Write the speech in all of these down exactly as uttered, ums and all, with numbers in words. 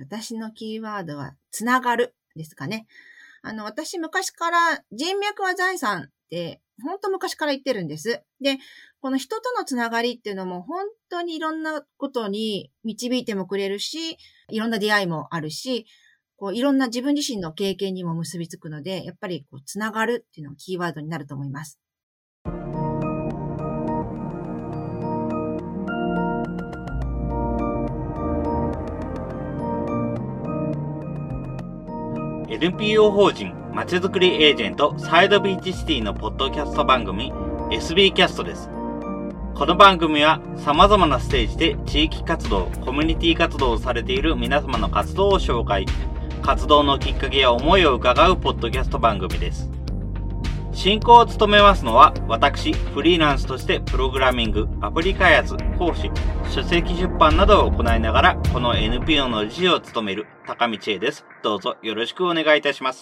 私のキーワードは、つながるですかね。あの、私昔から人脈は財産って、本当昔から言ってるんです。で、この人とのつながりっていうのも本当にいろんなことに導いてもくれるし、いろんな出会いもあるし、こういろんな自分自身の経験にも結びつくので、やっぱりこうつながるっていうのがキーワードになると思います。 エヌピーオー 法人まちづくりエージェントサイドビーチシティのポッドキャスト番組 エスビー キャストです。この番組は様々なステージで地域活動、コミュニティ活動をされている皆様の活動を紹介、活動のきっかけや思いを伺うポッドキャスト番組です。進行を務めますのは私、フリーランスとしてプログラミング、アプリ開発、講師、書籍出版などを行いながらこの エヌピーオー の理事を務める高道恵です。どうぞよろしくお願いいたします。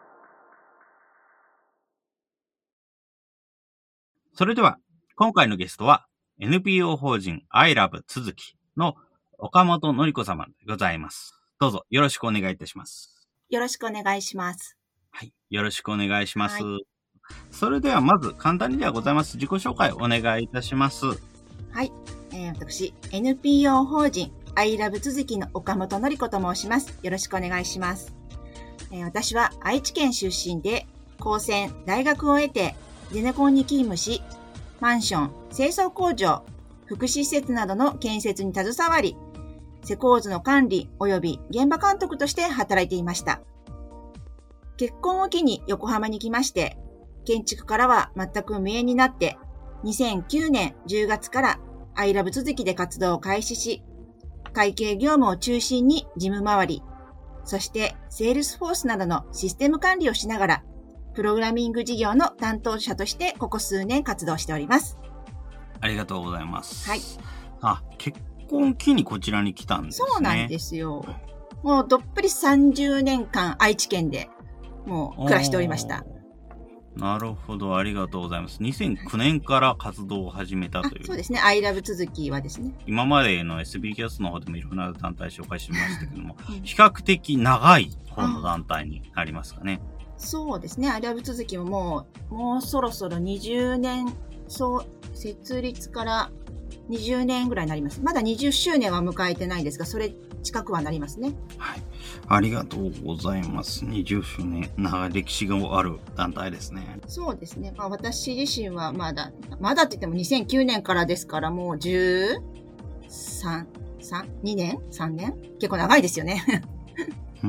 それでは今回のゲストは エヌピーオー 法人 I Love 続きの岡本のり子様でございます。どうぞよろしくお願いいたします。 よろしくお願いします。 はい、よろしくお願いします。 はい、 それではまず簡単にではございます自己紹介をお願いいたします。 はい、えー、私 エヌピーオー 法人 I Love 続きの岡本のり子と申します。よろしくお願いします。えー、私は愛知県出身で高専大学を経てゼネコンに勤務し、マンション、清掃工場、福祉施設などの建設に携わり、施工図の管理及び現場監督として働いていました。結婚を機に横浜に来まして、建築からは全く無縁になって、にせんきゅうねんじゅうがつから I Love 続きで活動を開始し、会計業務を中心に事務周り、そしてセールスフォースなどのシステム管理をしながら、プログラミング事業の担当者としてここ数年活動しております。 ありがとうございます。 はい。 あ、結婚を機にこちらに来たんですね。 そうなんですよ。もうどっぷりさんじゅうねんかん愛知県でもう暮らしておりました。 なるほど、ありがとうございます。にせんきゅうねんから活動を始めたという。 そうですね。I Love 続きはですね。 今までの エスビー キャストの方でもいろんな団体紹介しましたけども、うん、比較的長い方の団体になりますかね。 そうですね。I Love 続きももう、もうそろそろにじゅうねん、そう、設立からにじゅうねんぐらいになります。まだにじゅっしゅうねんは迎えてないんですが、それ近くはなりますね。 はい。ありがとうございます。にじゅっしゅうねん、長い歴史がある団体ですね。 そうですね。まあ私自身はまだ、まだって言ってもにせんきゅうねんからですからもうじゅうさん、さん、にねん ?さん 年結構長いですよね。 うん、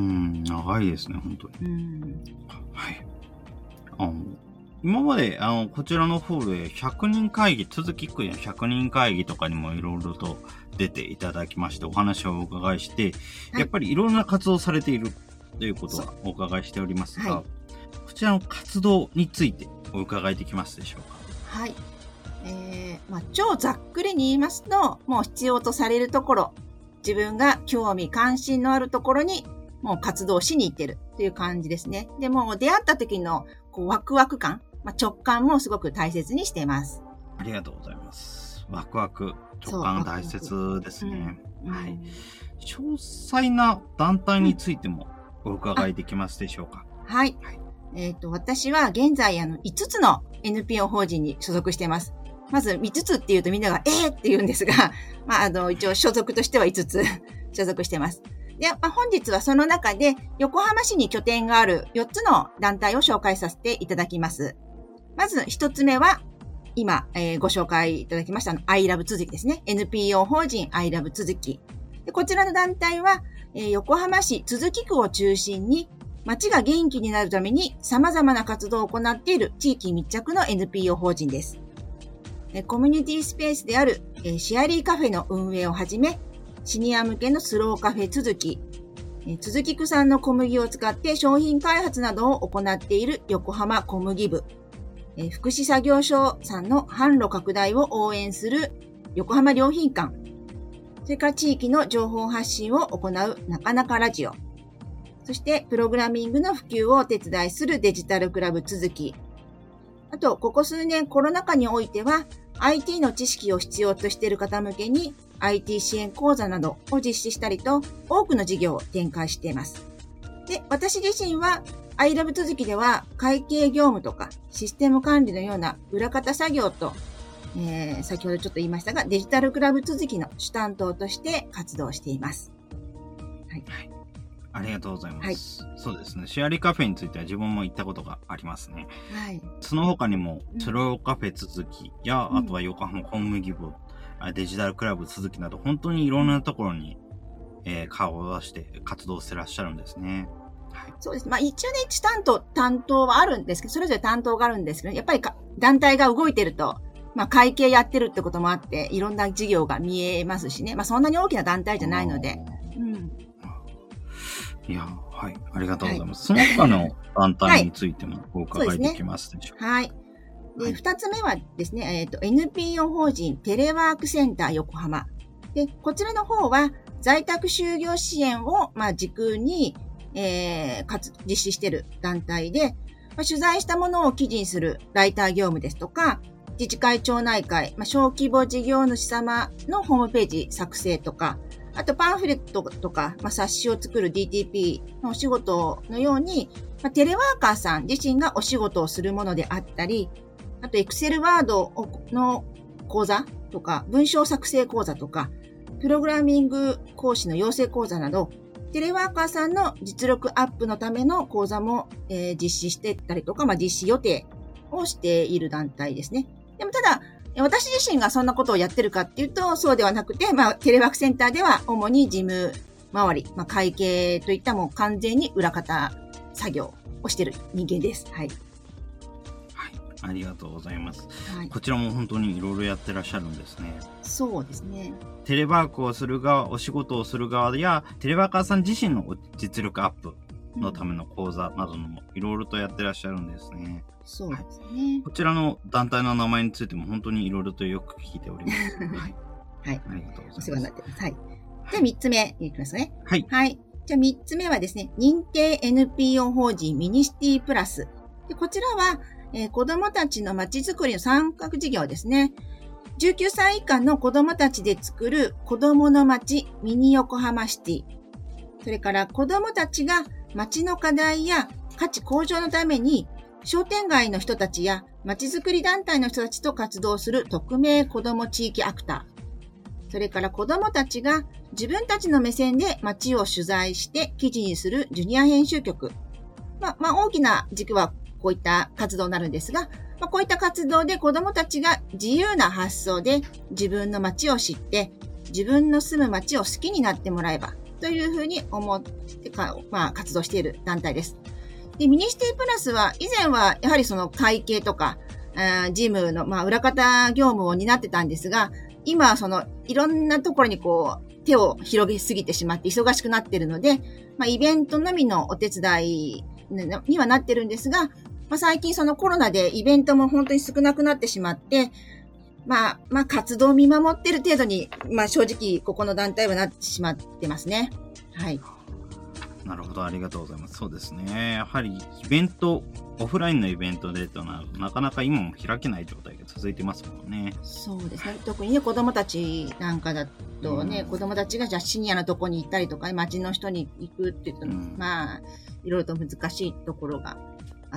長いですね、本当に。うん、はい。あの、今まで、あの、こちらの方でひゃくにん会議、続きくのひゃくにん会議とかにもいろいろと出ていただきまして、お話をお伺いして、はい、やっぱりいろんな活動をされているということはお伺いしておりますが、はい、こちらの活動についてお伺いできますでしょうか。 はい。えー、まあ、超ざっくりに言いますと、もう必要とされるところ、自分が興味関心のあるところにもう活動しに行ってるっていう感じですね。でも出会った時のこうワクワク感、まあ、直感もすごく大切にしています。 ありがとうございます。ワクワク、直感大切ですね。うん、はい。詳細な団体についてもお伺いできますでしょうか。 うん、はい。はい、えっと、私は現在あのいつつの エヌピーオー 法人に所属しています。まずみっつって言うとみんながえーって言うんですが、まあ、あの、一応所属としてはいつつ所属しています。で、まあ、本日はその中で横浜市に拠点があるよっつの団体を紹介させていただきます。まずひとつめは、今、えー、ご紹介いただきましたの I Love 続きですね。エヌピーオー 法人 I Love 続き。でこちらの団体は、えー、横浜市都筑区を中心に街が元気になるために様々な活動を行っている地域密着の エヌピーオー 法人です。コミュニティスペースであるシェアリーカフェの運営をはじめ、シニア向けのスローカフェ続き、続き区産の小麦を使って商品開発などを行っている横浜小麦部、福祉作業所さんの販路拡大を応援する横浜良品館、それから地域の情報発信を行うなかなかラジオ、そしてプログラミングの普及をお手伝いするデジタルクラブ続き、あとここ数年コロナ禍においては アイティー の知識を必要としている方向けにアイティー 支援講座などを実施したりと、多くの事業を展開しています。で、私自身は、iLove 続きでは、会計業務とか、システム管理のような裏方作業と、えー、先ほどちょっと言いましたが、デジタルクラブ続きの主担当として活動しています。 はい。はい、ありがとうございます。はい、そうですね。シェアリーカフェについては自分も行ったことがありますね。はい。その他にも、ツロカフェ続きや、うん、あとは横浜小麦部、デジタルクラブ続きなど、本当にいろんなところに、えー、顔を出して活動してらっしゃるんですね。 はい、そうです。まあ一応ね、一担当、担当はあるんですけど、それぞれ担当があるんですけど、やっぱりか団体が動いてると、まあ会計やってるってこともあって、いろんな事業が見えますしね。まあそんなに大きな団体じゃないので。うん。 いや、はい。ありがとうございます。はい、その他の団体についてもお伺いできますでしょうか。 はい。で、はい、二つ目はですね、えっと、エヌピーオー 法人テレワークセンター横浜。で、こちらの方は在宅就業支援を、まあ軸に、えー、かつ、実施している団体で、まあ、取材したものを記事にするライター業務ですとか、自治会町内会、まあ、小規模事業主様のホームページ作成とか、あとパンフレットとか、まあ、冊子を作る ディーティーピー のお仕事のように、まあ、テレワーカーさん自身がお仕事をするものであったり、あと Excel ワードの講座とか、文章作成講座とか、プログラミング講師の養成講座など、テレワーカーさんの実力アップのための講座も、えー、実施していったりとか、まあ、実施予定をしている団体ですね。でもただ、私自身がそんなことをやってるかっていうと、そうではなくて、まあ、テレワークセンターでは主に事務周り、まあ、会計といったもう完全に裏方作業をしている人間です。はい。 ありがとうございます。はい、こちらも本当にいろいろやってらっしゃるんですね。 そうですね。 テレワークをする側、お仕事をする側や、テレワーカーさん自身の実力アップのための講座などもいろいろとやってらっしゃるんですね。 そうですね、はい。 こちらの団体の名前についても本当にいろいろとよく聞いております。はい。 はい。 ありがとうございます。 お世話になってます。はい。じゃあみっつめいきますね。 はい。 はい。じゃあみっつめはですね、認定 エヌピーオー 法人ミニシティプラス。でこちらは、えー、子供たちのまちづくりの参画事業ですね。じゅうきゅうさい以下の子供たちで作る子供の街ミニ横浜シティ。それから子供たちが街の課題や価値向上のために商店街の人たちや街づくり団体の人たちと活動する匿名子供地域アクター。それから子供たちが自分たちの目線で街を取材して記事にするジュニア編集局。まあ、まあ大きな軸はこういった活動になるんですが、まあ、こういった活動で子どもたちが自由な発想で自分の街を知って自分の住む街を好きになってもらえばというふうに思ってか、まあ、活動している団体です。で、ミニシティプラスは以前はやはりその会計とか事務の、まあ、裏方業務を担ってたんですが、今はそのいろんなところにこう手を広げすぎてしまって忙しくなっているので、まあ、イベントのみのお手伝いにはなってるんですが、まあ、最近そのコロナでイベントも本当に少なくなってしまって、まあ、まあ活動を見守ってる程度に、まあ正直ここの団体はなってしまってますね。はい。 なるほど、ありがとうございます。そうですね。やはりイベント、オフラインのイベントでというのはなかなか今も開けない状態が続いてますもんね。 そうですね。特にね、子供たちなんかだとね、うん、子供たちがじゃあシニアのとこに行ったりとか、街の人に行くって言っても、うん、まあ、いろいろと難しいところがあって、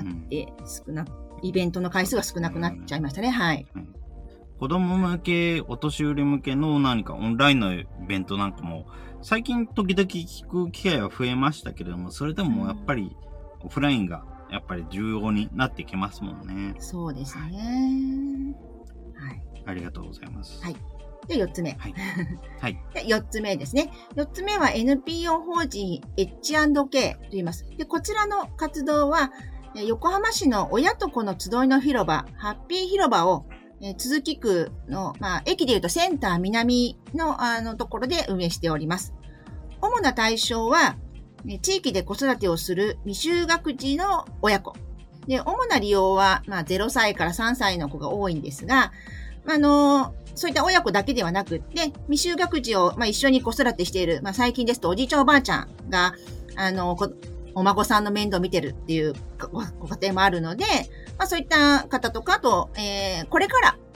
うん、少な、イベントの回数が少なくなっちゃいましたね。うん、はい。うん、 子供向け、お年寄り向けの何かオンラインのイベントなんかも、最近時々聞く機会は増えましたけれども、それでもやっぱりオフラインがやっぱり重要になってきますもんね。 そうですね。 はい。ありがとうございます。 はい。で、よっつめ。 はい。はい。 で、よっつめですね。よっつめは エヌピーオー 法人 エイチアンドケー と言います。で、こちらの活動は、横浜市の親と子の集いの広場、ハッピー広場を、えー、都筑区の、まあ、駅でいうとセンター南の、あの、ところで運営しております。主な対象は、地域で子育てをする未就学児の親子。で、主な利用は、まあ、ゼロさいからさんさいの子が多いんですが、あの、そういった親子だけではなくって、未就学児を、まあ、一緒に子育てしている、まあ、最近ですとおじいちゃんおばあちゃんが、あの、お孫さんの面倒を見てるっていうご家庭もあるので、まあ、そういった方とか、あと、えー、これから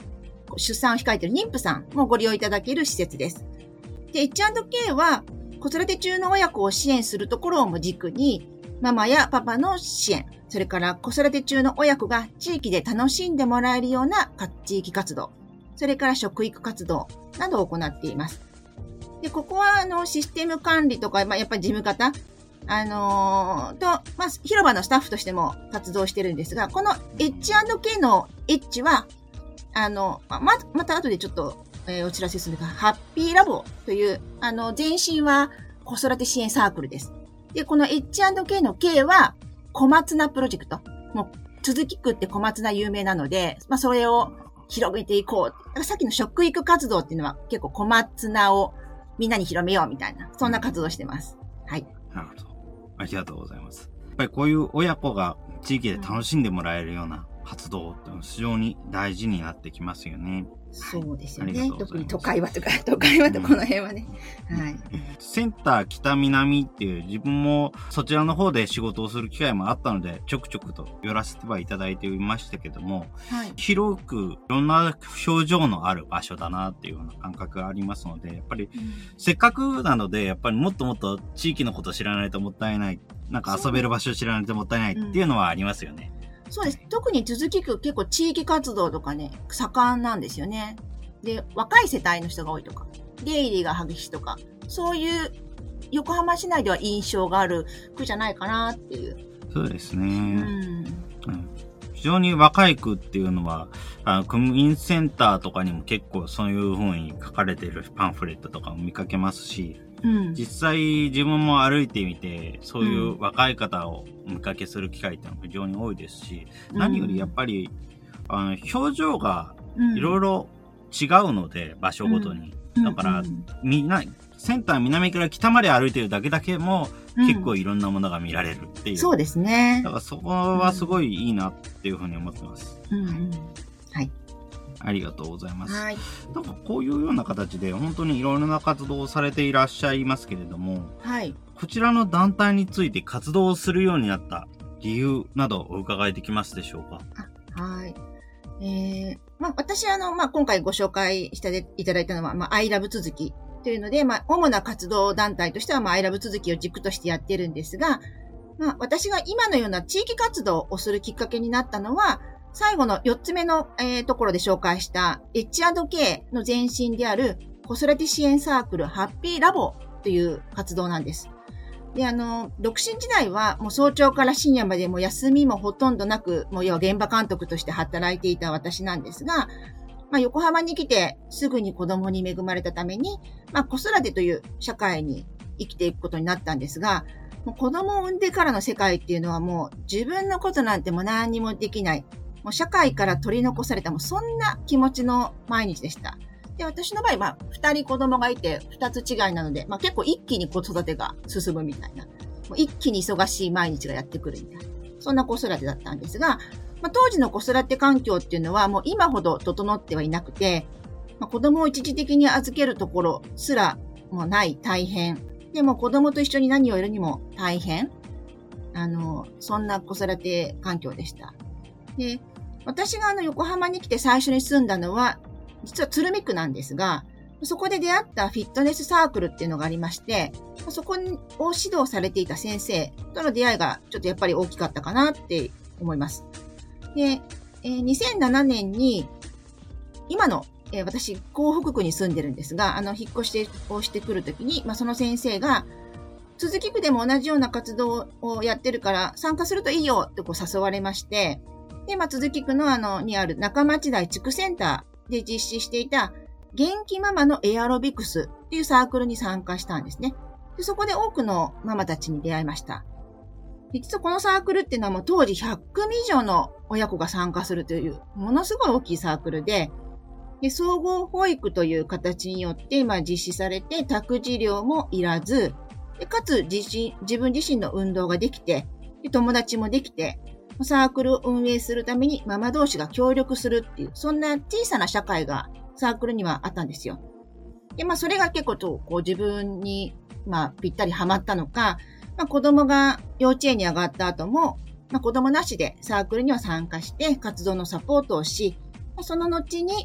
出産を控えている妊婦さんもご利用いただける施設です。で、エイチアンドケー は子育て中の親子を支援するところを軸に、ママやパパの支援、それから子育て中の親子が地域で楽しんでもらえるような地域活動、それから食育活動などを行っています。で、ここはあのシステム管理とか、まあ、やっぱり事務方、あのー、と、まあ、広場のスタッフとしても活動してるんですが、この エイチアンドケー の H は、あの、ま、また後でちょっと、えー、お知らせするが、ハッピーラボという、あの、前身は子育て支援サークルです。で、この エイチアンドケー の K は小松菜プロジェクト。もう、鈴木区って小松菜有名なので、まあ、それを広げていこう。さっきの食育活動っていうのは結構小松菜をみんなに広めようみたいな、そんな活動してます。はい。 なるほど。ありがとうございます。やっぱりこういう親子が地域で楽しんでもらえるような活動って非常に大事になってきますよね。 そうですよね。特に都会はとか、都会はとこの辺はね。うん、はい。 センター北南っていう自分もそちらの方で仕事をする機会もあったので、ちょくちょくと寄らせてはいただいていましたけども、はい、広くいろんな表情のある場所だなっていうような感覚がありますので、やっぱり、うん、せっかくなので、やっぱりもっともっと地域のことを知らないともったいない、なんか遊べる場所を知らないともったいないっていうのはありますよね。 そうです。特に鈴木区結構地域活動とかね、盛んなんですよね。で、若い世帯の人が多いとか、出入りが激しいとか、そういう横浜市内では印象がある区じゃないかなっていう。 そうですね。うん、うん、非常に若い区っていうのは、あの、区民センターとかにも結構そういう風に書かれているパンフレットとかも見かけますし、うん、実際自分も歩いてみてそういう若い方をお見かけする機会ってのも非常に多いですし、うん、何よりやっぱりあの表情がいろいろ違うので、うん、場所ごとに、うん、だから、うん、みんなセンター南から北まで歩いてるだけだけも、うん、結構いろんなものが見られるっていう。 そうですね。 だからそこはすごいいいなっていうふうに思ってます。 うんうん、はい。 ありがとうございます。 はい。 なんかこういうような形で本当にいろいろな活動をされていらっしゃいますけれども、 はい。 こちらの団体について活動をするようになった理由などお伺いできますでしょうか？ あ、はい。えー、まあ私あの、まあ今回ご紹介していただいたのは、まあ I love 続きというので、まあ主な活動団体としては、まあ I love 続きを軸としてやってるんですが、まあ私が今のような地域活動をするきっかけになったのは、最後のよっつめの、えー、ところで紹介した エイチアンドケー の前身である子育て支援サークルハッピーラボという活動なんです。で、あの、独身時代はもう早朝から深夜までもう休みもほとんどなく、もう要は現場監督として働いていた私なんですが、まあ横浜に来てすぐに子供に恵まれたために、まあ子育てという社会に生きていくことになったんですが、もう子供を産んでからの世界っていうのはもう自分のことなんてもう何にもできない。もう社会から取り残された、もうそんな気持ちの毎日でした。で、私の場合、まあ、二人子供がいて、二つ違いなので、まあ結構一気に子育てが進むみたいな。もう一気に忙しい毎日がやってくるみたいな。そんな子育てだったんですが、まあ当時の子育て環境っていうのはもう今ほど整ってはいなくて、まあ子供を一時的に預けるところすらもうない大変。でも子供と一緒に何をやるにも大変。あの、そんな子育て環境でした。で、私があの横浜に来て最初に住んだのは、実は鶴見区なんですが、そこで出会ったフィットネスサークルっていうのがありまして、そこを指導されていた先生との出会いがちょっとやっぱり大きかったかなって思います。で、えー、にせんななねんに、今の、えー、私、港北区に住んでるんですが、あの、引っ越しをしてくるときに、まあ、その先生が、鈴木区でも同じような活動をやってるから参加するといいよってこう誘われまして、で、まあ、鈴木区のあの、にある中町台地区センターで実施していた元気ママのエアロビクスっていうサークルに参加したんですね。で、そこで多くのママたちに出会いました。で、実はこのサークルっていうのはもう当時ひゃく組以上の親子が参加するというものすごい大きいサークルで、で、総合保育という形によってまあ実施されて託児料もいらず、でかつ自身、自分自身の運動ができて、で友達もできて、サークルを運営するためにママ同士が協力するっていう、そんな小さな社会がサークルにはあったんですよ。で、まあそれが結構とこう自分にまあぴったりハマったのか、まあ子供が幼稚園に上がった後も、まあ子供なしでサークルには参加して活動のサポートをし、その後に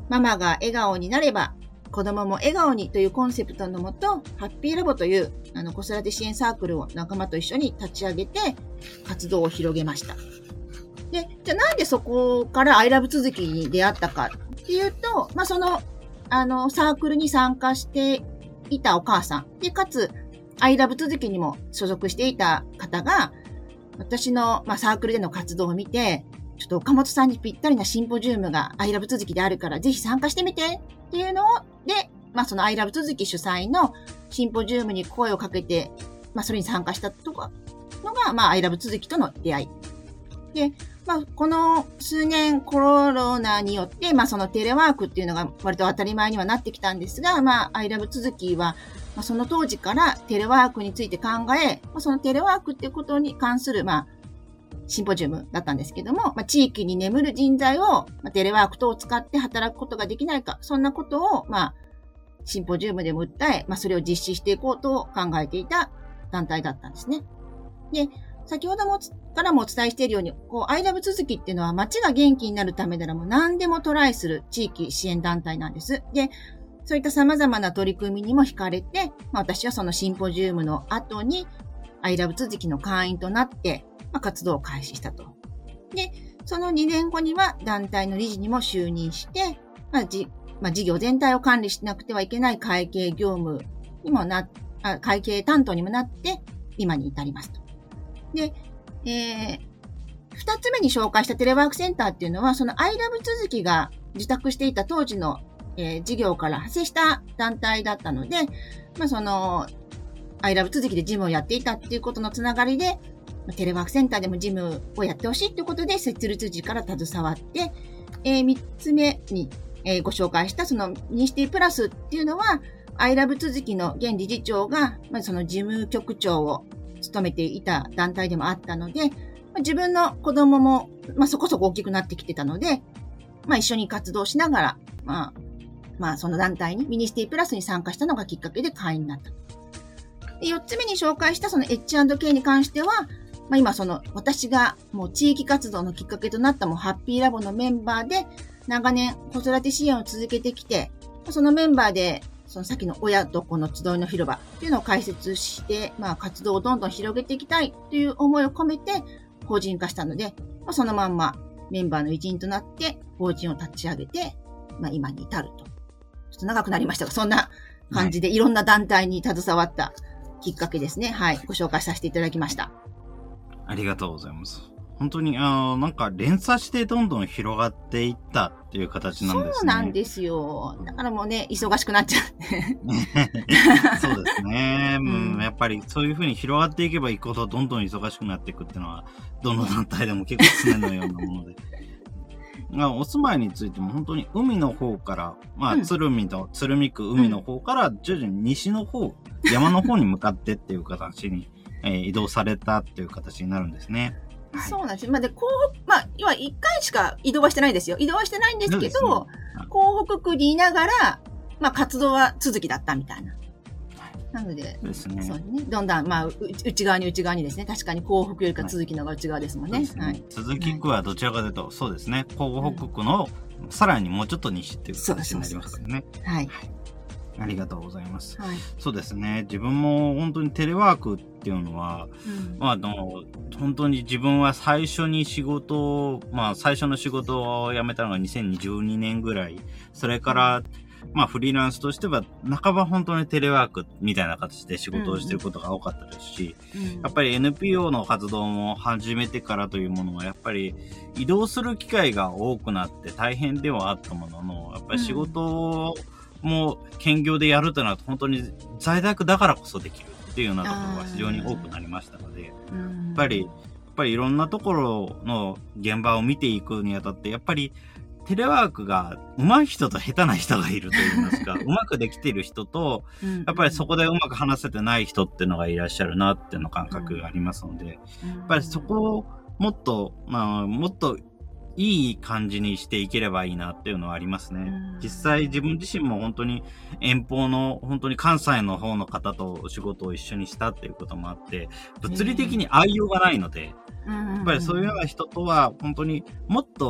ママが笑顔になれば子供も笑顔にというコンセプトのもと、ハッピーラボというあの子育て支援サークルを仲間と一緒に立ち上げて活動を広げました。で、じゃあなんでそこからアイラブ続きに出会ったかっていうと、まあその、あのサークルに参加していたお母さんで、かつアイラブ続きにも所属していた方が、私の、まあ、サークルでの活動を見て、ちょっと岡本さんにぴったりなシンポジウムがアイラブ続きであるから、ぜひ参加してみてっていうのを、で、まあ、そのアイラブ続き主催のシンポジウムに声をかけて、まあ、それに参加したとかのが、まあ、アイラブ続きとの出会い。で、まあ、この数年コロナによって、まあ、そのテレワークっていうのが割と当たり前にはなってきたんですが、まあ、アイラブ続きは、まあ、その当時からテレワークについて考え、まあ、そのテレワークっていうことに関する、まあ、シンポジウムだったんですけども、まあ、地域に眠る人材を、まあ、テレワーク等を使って働くことができないか、そんなことを、まあ、シンポジウムでも訴え、まあ、それを実施していこうと考えていた団体だったんですね。で、先ほどもからもお伝えしているように、こう、アイラブ続きっていうのは街が元気になるためならもう何でもトライする地域支援団体なんです。で、そういった様々な取り組みにも惹かれて、まあ、私はそのシンポジウムの後に、アイラブ続きの会員となって、まあ、活動を開始したと。で、そのにねんごには団体の理事にも就任して、まあじまあ、事業全体を管理しなくてはいけない会計業務にもな、あ会計担当にもなって、今に至りますと。で、えー、二つ目に紹介したテレワークセンターっていうのは、そのアイラブ続きが受託していた当時の、えー、事業から派生した団体だったので、まあその、アイラブ続きで事務をやっていたっていうことのつながりで、テレワークセンターでも事務をやってほしいということで、設立時から携わって、えー、三つ目に、えー、ご紹介したそのミニシティプラスっていうのは、アイラブ続きの現理事長が、まあ、その事務局長を務めていた団体でもあったので、まあ、自分の子供も、まあ、そこそこ大きくなってきてたので、まあ、一緒に活動しながら、まあ、まあ、その団体に、ミニシティプラスに参加したのがきっかけで会員になった。で、四つ目に紹介したその エイチアンドケー に関しては、まあ、今その私がもう地域活動のきっかけとなったもうハッピーラボのメンバーで長年子育て支援を続けてきて、そのメンバーでそのさっきの親と子の集いの広場っていうのを開設して、まあ活動をどんどん広げていきたいという思いを込めて法人化したので、まあ、そのまんまメンバーの一員となって法人を立ち上げて、まあ今に至ると。ちょっと長くなりましたが、そんな感じでいろんな団体に携わったきっかけですね。はい。ご紹介させていただきました。 ありがとうございます。本当に、あの、なんか連鎖してどんどん広がっていったっていう形なんですね。 そうなんですよ。だからもうね、忙しくなっちゃう。 そうですね、うん。やっぱりそういう風に広がっていけばいくほどどんどん忙しくなっていくっていうのは、どの団体でも結構常のようなもので。まあ、お住まいについても本当に海の方から、まあ、鶴見と、鶴見区海の方から徐々に西の方、山の方に向かってっていう形に、えー、移動されたっていう形になるんですね。 はい、そうなんです。まあ、で、港北、まあ、要はいっかいしか移動はしてないですよ。移動はしてないんですけど、港北区にいながら、まあ、活動は続きだったみたいな。なので、 ですね。 そうね。どんどん、まあ、内側に内側にですね。確かに港北よりか続きのが内側ですもんね。 はい。はい、続き区はどちらかというと、そうですね。港北区の、うん、さらにもうちょっと西っていう形になりますからね。 はい。 ありがとうございます。 はい、 そうですね。自分も本当にテレワークっていうのは、うん、まあ、あの、本当に自分は最初に仕事を、まあ、最初の仕事を辞めたのがにせんにじゅうにねんぐらい。それから、まあ、フリーランスとしては、半ば本当にテレワークみたいな形で仕事をしていることが多かったですし、うんうん、やっぱり エヌピーオー の活動も始めてからというものは、やっぱり移動する機会が多くなって大変ではあったものの、やっぱり仕事を、うんもう兼業でやるとなると本当に在宅だからこそできるっていうようなところが非常に多くなりましたので、やっぱり、やっぱりいろんなところの現場を見ていくにあたって、やっぱりテレワークが上手い人と下手な人がいると言いますか、うまくできている人と、やっぱりそこでうまく話せてない人っていうのがいらっしゃるなっていうの感覚がありますので、やっぱりそこをもっと、まあ、もっといい感じにしていければいいなっていうのはありますね。実際自分自身も本当に遠方の本当に関西の方の方とお仕事を一緒にしたっていうこともあって、物理的に会いようがないので、やっぱりそういうような人とは本当にもっと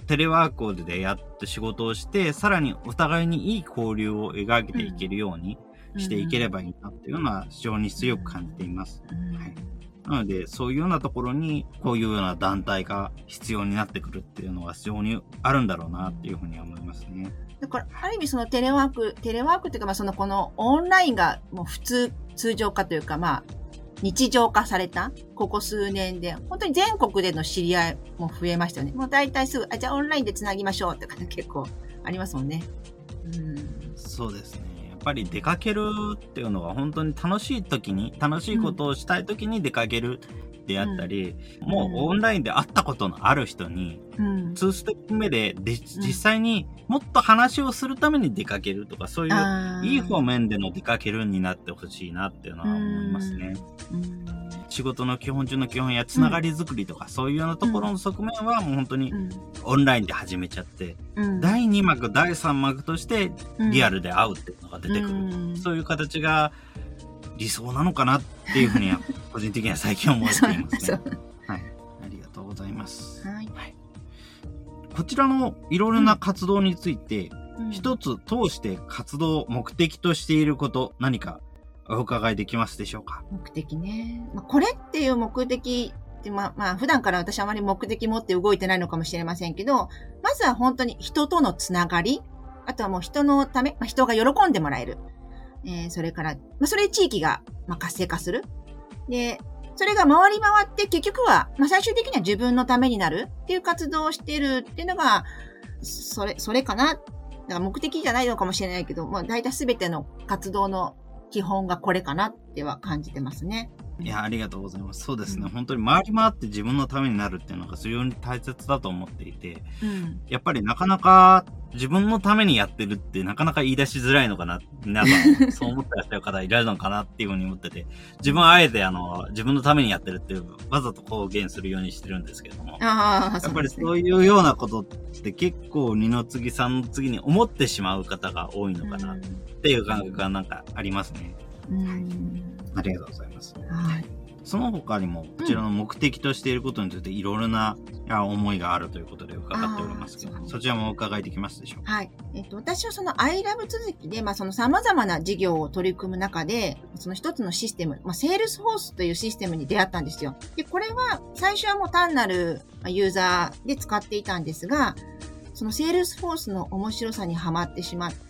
テレワークでやって仕事をして、さらにお互いにいい交流を描けていけるようにしていければいいなっていうのは非常に強く感じています。はい。なので、そういうようなところに、こういうような団体が必要になってくるっていうのは非常にあるんだろうなっていうふうに思いますね。 だから、ある意味そのテレワーク、テレワークっていうか、まあそのこのオンラインがもう普通、通常化というか、まあ、日常化された、ここ数年で、本当に全国での知り合いも増えましたよね。もう大体すぐ、あ、じゃあオンラインでつなぎましょうって方結構ありますもんね。 うん、そうですね。やっぱり出かけるっていうのが本当に楽しい時に、楽しいことをしたい時に出かけるであったり、うん、もうオンラインで会ったことのある人に、うん、にステップ目でで実際にもっと話をするために出かけるとか、そういういい方面での出かけるになってほしいなっていうのは思いますね。うんうん、仕事の基本中の基本やつながり作りとか、うん、そういうようなところの側面はもう本当にオンラインで始めちゃって、うん、だいに幕だいさん幕としてリアルで会うっていうのが出てくる、うん、そういう形が理想なのかなっていうふうには個人的には最近思っていますね。はい、ありがとうございます。はいはい、こちらのいろいろな活動について、うん、一つ通して活動目的としていること何かお伺いできますでしょうか？ 目的ね。まあ、これっていう目的って、まあ、まあ、普段から私あまり目的持って動いてないのかもしれませんけど、まずは本当に人とのつながり、あとはもう人のため、まあ、人が喜んでもらえる。えー、それから、まあ、それで地域が、まあ、活性化する。で、それが回り回って結局は、まあ、最終的には自分のためになるっていう活動をしているっていうのが、それ、それかな。だから目的じゃないのかもしれないけど、まあ、大体すべての活動の基本がこれかなっては感じてますね。 いや、ありがとうございます。そうですね。うん、本当に回り回って自分のためになるっていうのが非常に大切だと思っていて、うん、やっぱりなかなか自分のためにやってるってなかなか言い出しづらいのかな。皆さん、そう思ってらっしゃる方いらっしゃるのかなっていうふうに思ってて、自分はあえてあの、自分のためにやってるっていう、わざと公言するようにしてるんですけども、あやっぱりそういうようなことって結構二の次三の次に思ってしまう方が多いのかなっていう感覚がなんかありますね。うん、はい、ありがとうございます。はい、その他にもこちらの目的としていることについていろいろな思いがあるということで伺っておりますけど、そ, そちらも伺いできますでしょうか？ はい。えっと、私はその アイラブ 続きで、まあその様々な事業を取り組む中で、その一つのシステム、まあ、セールスフォースというシステムに出会ったんですよ。で、これは最初はもう単なるユーザーで使っていたんですが、そのセールスフォースの面白さにはまってしまって、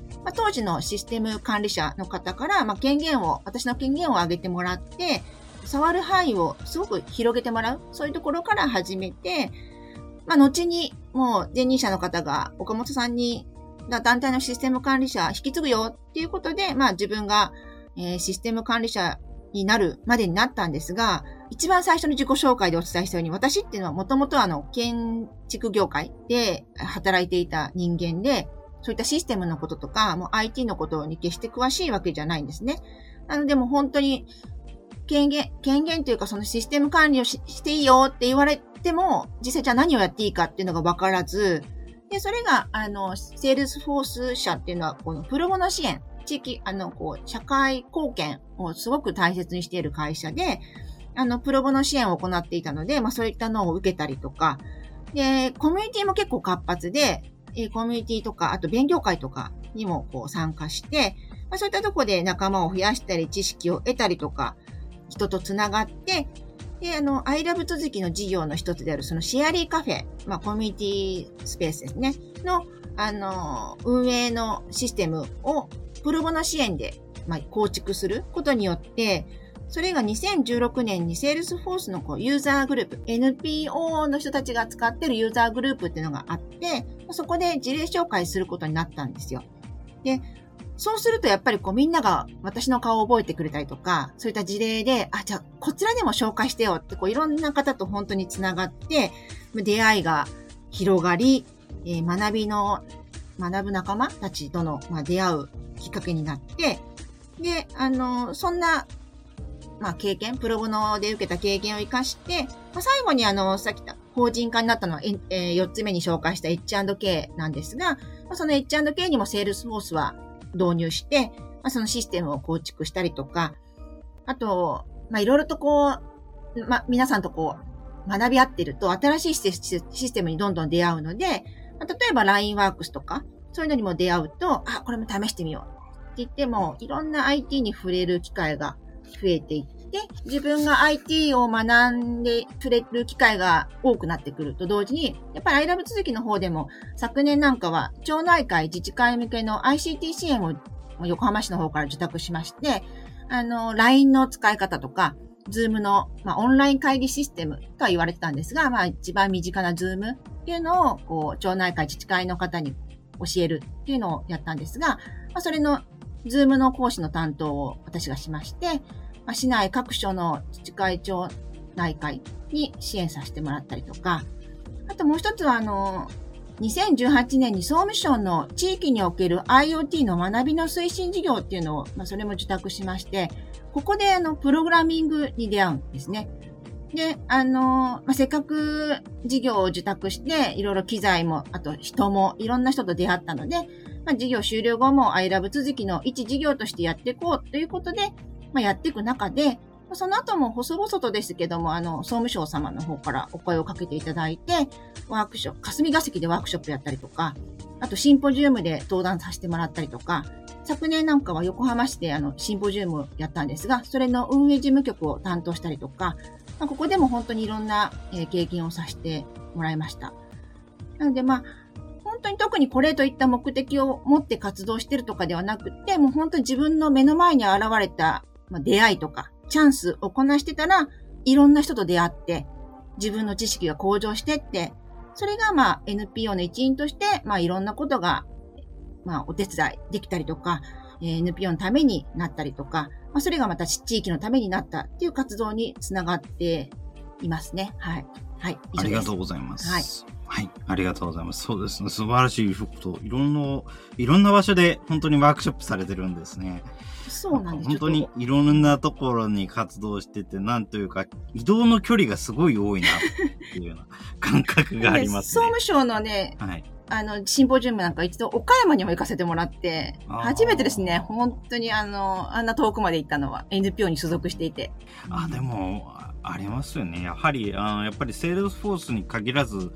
まあ、当時のシステム管理者の方から、まあ、権限を、私の権限を上げてもらって、触る範囲をすごく広げてもらう。そういうところから始めて、まあ、後にもう前任者の方が岡本さんに、団体のシステム管理者引き継ぐよっていうことで、まあ自分が、えー、システム管理者になるまでになったんですが、一番最初の自己紹介でお伝えしたように、私っていうのはもともとあの、建築業界で働いていた人間で、そういったシステムのこととか、もう アイティー のことに決して詳しいわけじゃないんですね。なのでもう本当に、権限、権限というかそのシステム管理を し, していいよって言われても、実際じゃあ何をやっていいかっていうのが分からず、で、それが、あの、セールスフォース社っていうのは、このプロボノ支援、地域、あの、こう、社会貢献をすごく大切にしている会社で、あの、プロボノ支援を行っていたので、まあそういったのを受けたりとか、で、コミュニティも結構活発で、えコミュニティとか、あと勉強会とかにもこう参加して、まあそういったところで仲間を増やしたり、知識を得たりとか、人とつながって、で、あの、アイラブ 続きの事業の一つである、そのシェアリーカフェ、まあコミュニティスペースですね、の、あの、運営のシステムをプロボノ支援で、まあ、構築することによって、それがにせんじゅうろくねんにセールスフォースのこうユーザーグループ、エヌピーオー の人たちが使っているユーザーグループっていうのがあって、そこで事例紹介することになったんですよ。で、そうするとやっぱりこうみんなが私の顔を覚えてくれたりとか、そういった事例で、あ、じゃあこちらでも紹介してよってこういろんな方と本当につながって、出会いが広がり、えー、学びの、学ぶ仲間たちとの、まあ、出会うきっかけになって、で、あの、そんな、まあ、経験、プロボノで受けた経験を生かして、まあ、最後にあの、さっき言った法人化になったのは、えー、よっつめに紹介した エイチアンドケー なんですが、まあ、その エイチアンドケー にもセールスフォースは導入して、まあ、そのシステムを構築したりとか、あと、まあ、いろいろとこう、まあ、皆さんとこう、 学び合ってると新しいシステムにどんどん出会うので、例えば ライン ワークスとか、そういうのにも出会うと、あ、これも試してみようって言っても、いろんな アイティー に触れる機会が増えていって、自分が アイティー を学んで触れる機会が多くなってくると同時に、やっぱり アイラブ 続きの方でも、昨年なんかは町内会、自治会向けの アイシーティー 支援を横浜市の方から受託しまして、あの、ライン の使い方とか、Zoom の、まあ、オンライン会議システムとは言われてたんですが、まあ、一番身近な Zoom っていうのを、こう、町内会、自治会の方に教えるっていうのをやったんですが、まあ、それの Zoom の講師の担当を私がしまして、まあ、市内各所の自治会町内会に支援させてもらったりとか、あともう一つは、あの、にせんじゅうはちねんに総務省の地域における IoT の学びの推進事業っていうのを、まあ、それも受託しまして、ここであの、プログラミングに出会うんですね。で、あの、まあ、せっかく事業を受託して、いろいろ機材も、あと人も、いろんな人と出会ったので、まあ、事業終了後も アイラブ 続きの一事業としてやっていこうということで、まあ、やっていく中で、その後も細々とですけども、あの、総務省様の方からお声をかけていただいて、ワークショップ、霞が関でワークショップやったりとか、あとシンポジウムで登壇させてもらったりとか、昨年なんかは横浜市であの、シンポジウムをやったんですが、それの運営事務局を担当したりとか、まあ、ここでも本当にいろんな、えー、経験をさせてもらいました。なのでまあ、本当に特にこれといった目的を持って活動してるとかではなくて、もう本当に自分の目の前に現れた、まあ、出会いとか、チャンスをこなしてたら、いろんな人と出会って、自分の知識が向上してって、それがまあ エヌピーオー の一員として、まあいろんなことが、まあお手伝いできたりとか、エヌピーオー のためになったりとか、まあそれがまた地域のためになったっていう活動につながっていますね。はい。はい。 ありがとうございます。はい。はい。ありがとうございます。そうですね。素晴らしいこと。いろんな、いろんな場所で本当にワークショップされてるんですね。 そうなんです。 本当にいろんなところに活動してて、なんというか、移動の距離がすごい多いなっていうような感覚がありますね。 総務省のね、はい、あの、シンポジウムなんか一度岡山にも行かせてもらって、初めてですね、本当にあの、あんな遠くまで行ったのは エヌピーオー に所属していて。 あ、でも、ありますよね。やはり、あの、やっぱりセールスフォースに限らず、うん、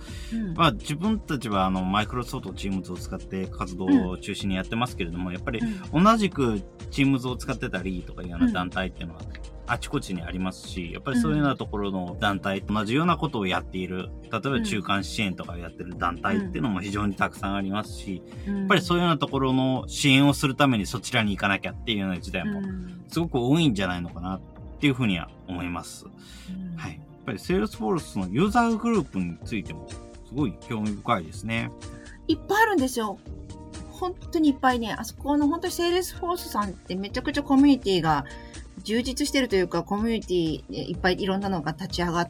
まあ自分たちはあの、マイクロソフトチームズを使って活動を中心にやってますけれども、うん、やっぱり同じくチームズを使ってたりとかいうような団体っていうのは、あちこちにありますし、やっぱりそういうようなところの団体と同じようなことをやっている、例えば中間支援とかをやってる団体っていうのも非常にたくさんありますし、やっぱりそういうようなところの支援をするためにそちらに行かなきゃっていうような時代もすごく多いんじゃないのかなっていうふうには思います。うん、はい。やっぱり Salesforce のユーザーグループについてもすごい興味深いですね。 いっぱいあるんですよ。本当にいっぱいね。あそこの本当に Salesforce さんってめちゃくちゃコミュニティが充実してるというか、コミュニティでいっぱいいろんなのが立ち上がって、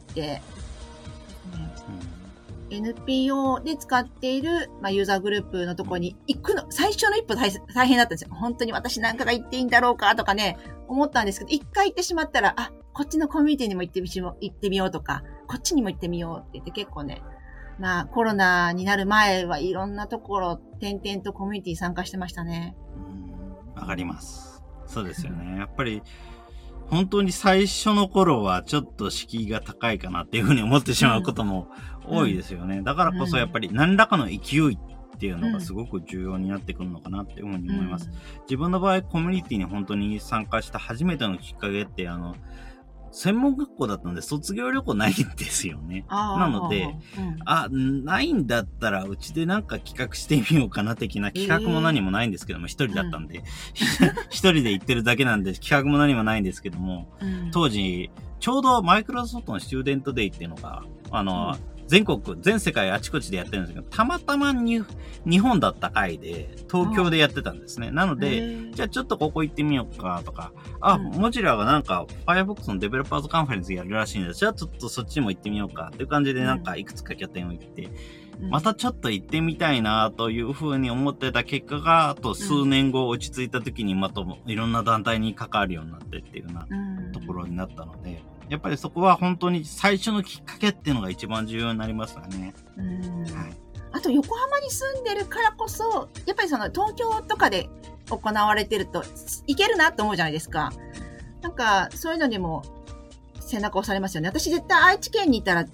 うん、エヌピーオー で使っている、まあ、ユーザーグループのところに行くの、最初の一歩 大, 大変だったんですよ。本当に私なんかが行っていいんだろうかとかね、思ったんですけど、一回行ってしまったら、あ、こっちのコミュニティにも行ってみ行ってみようとか、こっちにも行ってみようって言って結構ね、まあコロナになる前はいろんなところ、点々とコミュニティ参加してましたね。 うん、わかります。そうですよね。やっぱり、本当に最初の頃はちょっと敷居が高いかなっていうふうに思ってしまうことも多いですよね。うん、だからこそやっぱり何らかの勢いっていうのがすごく重要になってくるのかなっていうふうに思います。うん、自分の場合コミュニティに本当に参加した初めてのきっかけってあの、専門学校だったので卒業旅行ないんですよね。なので、うん、あ、ないんだったらうちでなんか企画してみようかな的な企画も何もないんですけども、一、えー、人だったんで、一、うん、人で行ってるだけなんで企画も何もないんですけども、うん、当時、ちょうどマイクロソフトのスチューデントデイっていうのが、あの、うん全国、全世界あちこちでやってるんですけど、たまたまに日本だった回で、東京でやってたんですね。なので、じゃあちょっとここ行ってみようかとか、あ、モジュラがなんか、Firefox のデベロッパーズカンファレンスやるらしいんです。じゃあちょっとそっちも行ってみようかっていう感じでなんかいくつか拠点を行って、またちょっと行ってみたいなというふうに思ってた結果が、あと数年後落ち着いた時にまたいろんな団体に関わるようになってっていうようなところになったので、やっぱりそこは本当に最初のきっかけっていうのが一番重要になりますよね。うん、 はい、あと横浜に住んでるからこそ、やっぱりその東京とかで行われてるといけるなと思うじゃないですか。なんかそういうのにも背中押されますよね。私絶対愛知県にいたら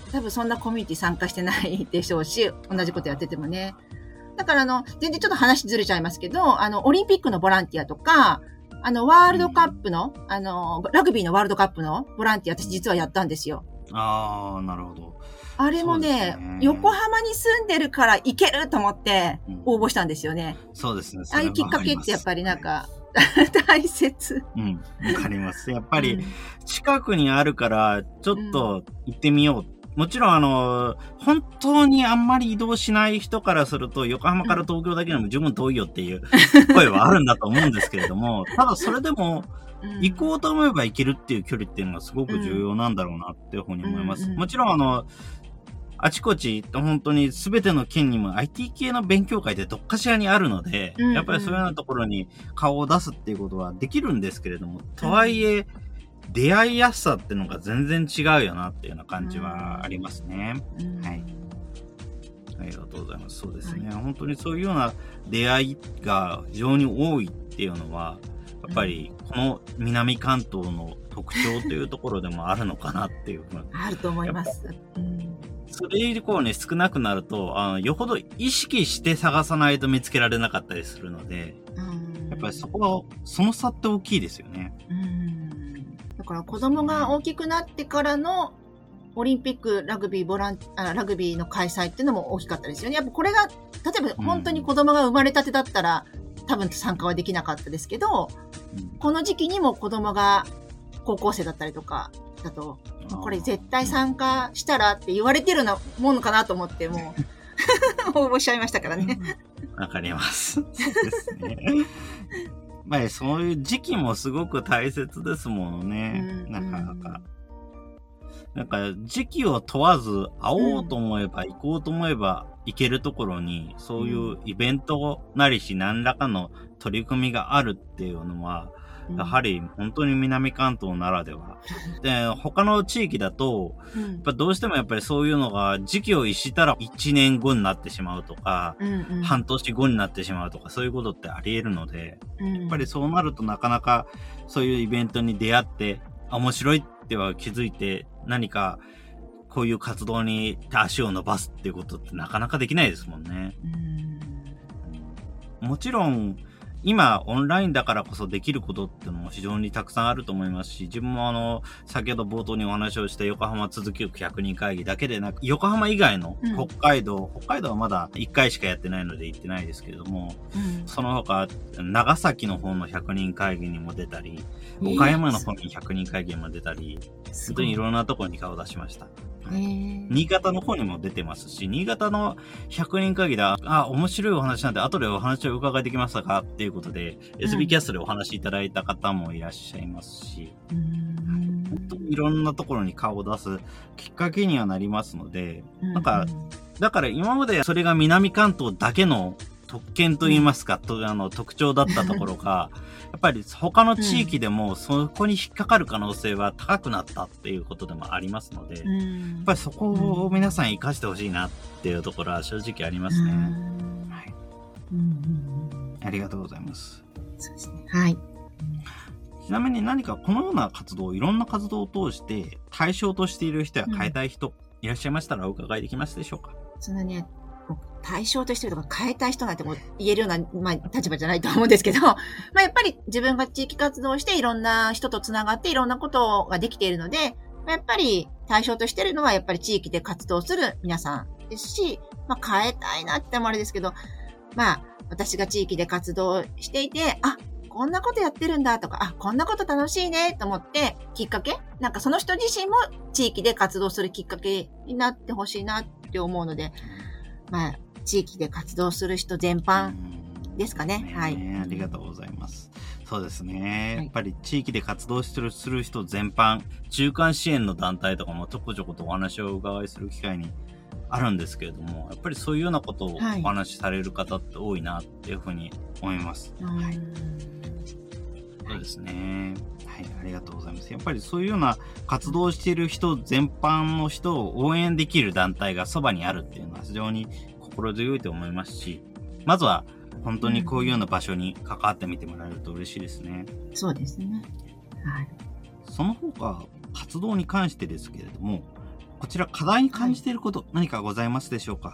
多分そんなコミュニティ参加してないでしょうし、同じことやっててもね。だからあの、全然ちょっと話ずれちゃいますけど、あの、オリンピックのボランティアとか、あの、ワールドカップの、あの、ラグビーのワールドカップのボランティア、私実はやったんですよ。 ああ、なるほど。 あれもね、ね横浜に住んでるから行けると思って応募したんですよね。 うん、そうですね。 ああいうきっかけってやっぱりなんか、大切。 うん、わかります。やっぱり、近くにあるから、ちょっと行ってみよう。うん、もちろん、あの、本当にあんまり移動しない人からすると、横浜から東京だけでも十分遠いよっていう声はあるんだと思うんですけれども、ただそれでも、行こうと思えば行けるっていう距離っていうのがすごく重要なんだろうなっていうふうに思います。もちろん、あの、あちこち、本当に全ての県にも アイティー 系の勉強会ってどっかしらにあるので、うんうん、やっぱりそういうようなところに顔を出すっていうことはできるんですけれども、とはいえ、出会いやすさっていうのが全然違うよなっていうような感じはありますね。うん、はい。ありがとうございます。そうですね。はい、本当にそういうような出会いが非常に多いっていうのは、やっぱりこの南関東の特徴というところでもあるのかなっていうふうに。 あると思います。 それ以降ね、少なくなると、あの、よほど意識して探さないと見つけられなかったりするので、やっぱりそこは、その差って大きいですよね。 うんだから子供が大きくなってからのオリンピックラグビーボランあラグビーの開催っていうのも大きかったですよね。やっぱこれが、例えば本当に子供が生まれたてだったら、うん、多分参加はできなかったですけど、うん、この時期にも子供が高校生だったりとかだと、これ絶対参加したらって言われてるようなものかなと思って、もう応募しちゃいましたからね。 わかります。そうですね。まあ、そういう時期もすごく大切ですものね。なかなか。なんか、時期を問わず、会おうと思えば、行こうと思えば、行けるところに、そういうイベントなりし何らかの取り組みがあるっていうのは、やはり本当に南関東ならでは。で、他の地域だと、やっぱどうしてもやっぱりそういうのが時期を逸したらいちねんごになってしまうとか、うんうん、半年後になってしまうとか、そういうことってあり得るので、うん、やっぱりそうなるとなかなかそういうイベントに出会って、面白いっては気づいて、何かこういう活動に足を伸ばすっていうことってなかなかできないですもんね。うん、もちろん、今、オンラインだからこそできることっていうのも非常にたくさんあると思いますし、自分もあの、先ほど冒頭にお話をした横浜続きひゃくにん会議だけでなく、横浜以外の北海道、うん、北海道はまだいっかいしかやってないので行ってないですけれども、うん、その他、長崎の方のひゃくにん会議にも出たり、岡山の方にひゃくにん会議にも出たり、本当にいろんなところに顔を出しました。新潟の方にも出てますし、新潟のひゃくにん会議で、あ、面白いお話なんで、後でお話を伺いできますかっていうことで、うん、エスビー キャストでお話しいただいた方もいらっしゃいますし、うん、本当にいろんなところに顔を出すきっかけにはなりますので、うん、なんか、だから今までそれが南関東だけの特権といいますか、とあの特徴だったところが、やっぱり他の地域でもそこに引っかかる可能性は高くなったっていうことでもありますので、うん、やっぱりそこを皆さん活かしてほしいなっていうところは正直ありますね。うんはいうん、ありがとうございます。 そうですね。はい。 ちなみに何かこのような活動、いろんな活動を通して対象としている人や変えたい人、うん、いらっしゃいましたらお伺いできますでしょうか？ そのね、対象としてるとか変えたい人なんても言えるような、まあ、立場じゃないと思うんですけど、まあ、やっぱり自分が地域活動をしていろんな人とつながっていろんなことができているので、まあ、やっぱり対象としているのはやっぱり地域で活動する皆さんですし、まあ、変えたいなってもあれですけど、まあ、私が地域で活動していて、あ、こんなことやってるんだとか、あ、こんなこと楽しいねと思って、きっかけなんかその人自身も地域で活動するきっかけになってほしいなって思うので、まあ、地域で活動する人全般ですかね。 ねはい。 ありがとうございます。そうですね。やっぱり地域で活動する、する人全般、中間支援の団体とかもちょこちょことお話をお伺いする機会にあるんですけれども、やっぱりそういうようなことをお話しされる方って多いなっていうふうに思います。はい。はい、そうですね。はい、ありがとうございます。やっぱりそういうような活動している人全般の人を応援できる団体がそばにあるっていうのは非常に心強いと思いますし、まずは本当にこういうような場所に関わってみてもらえると嬉しいですね。 うん、そうですね。はい。 その他、活動に関してですけれども、 こちら課題に感じていること、はい、何かございますでしょうか？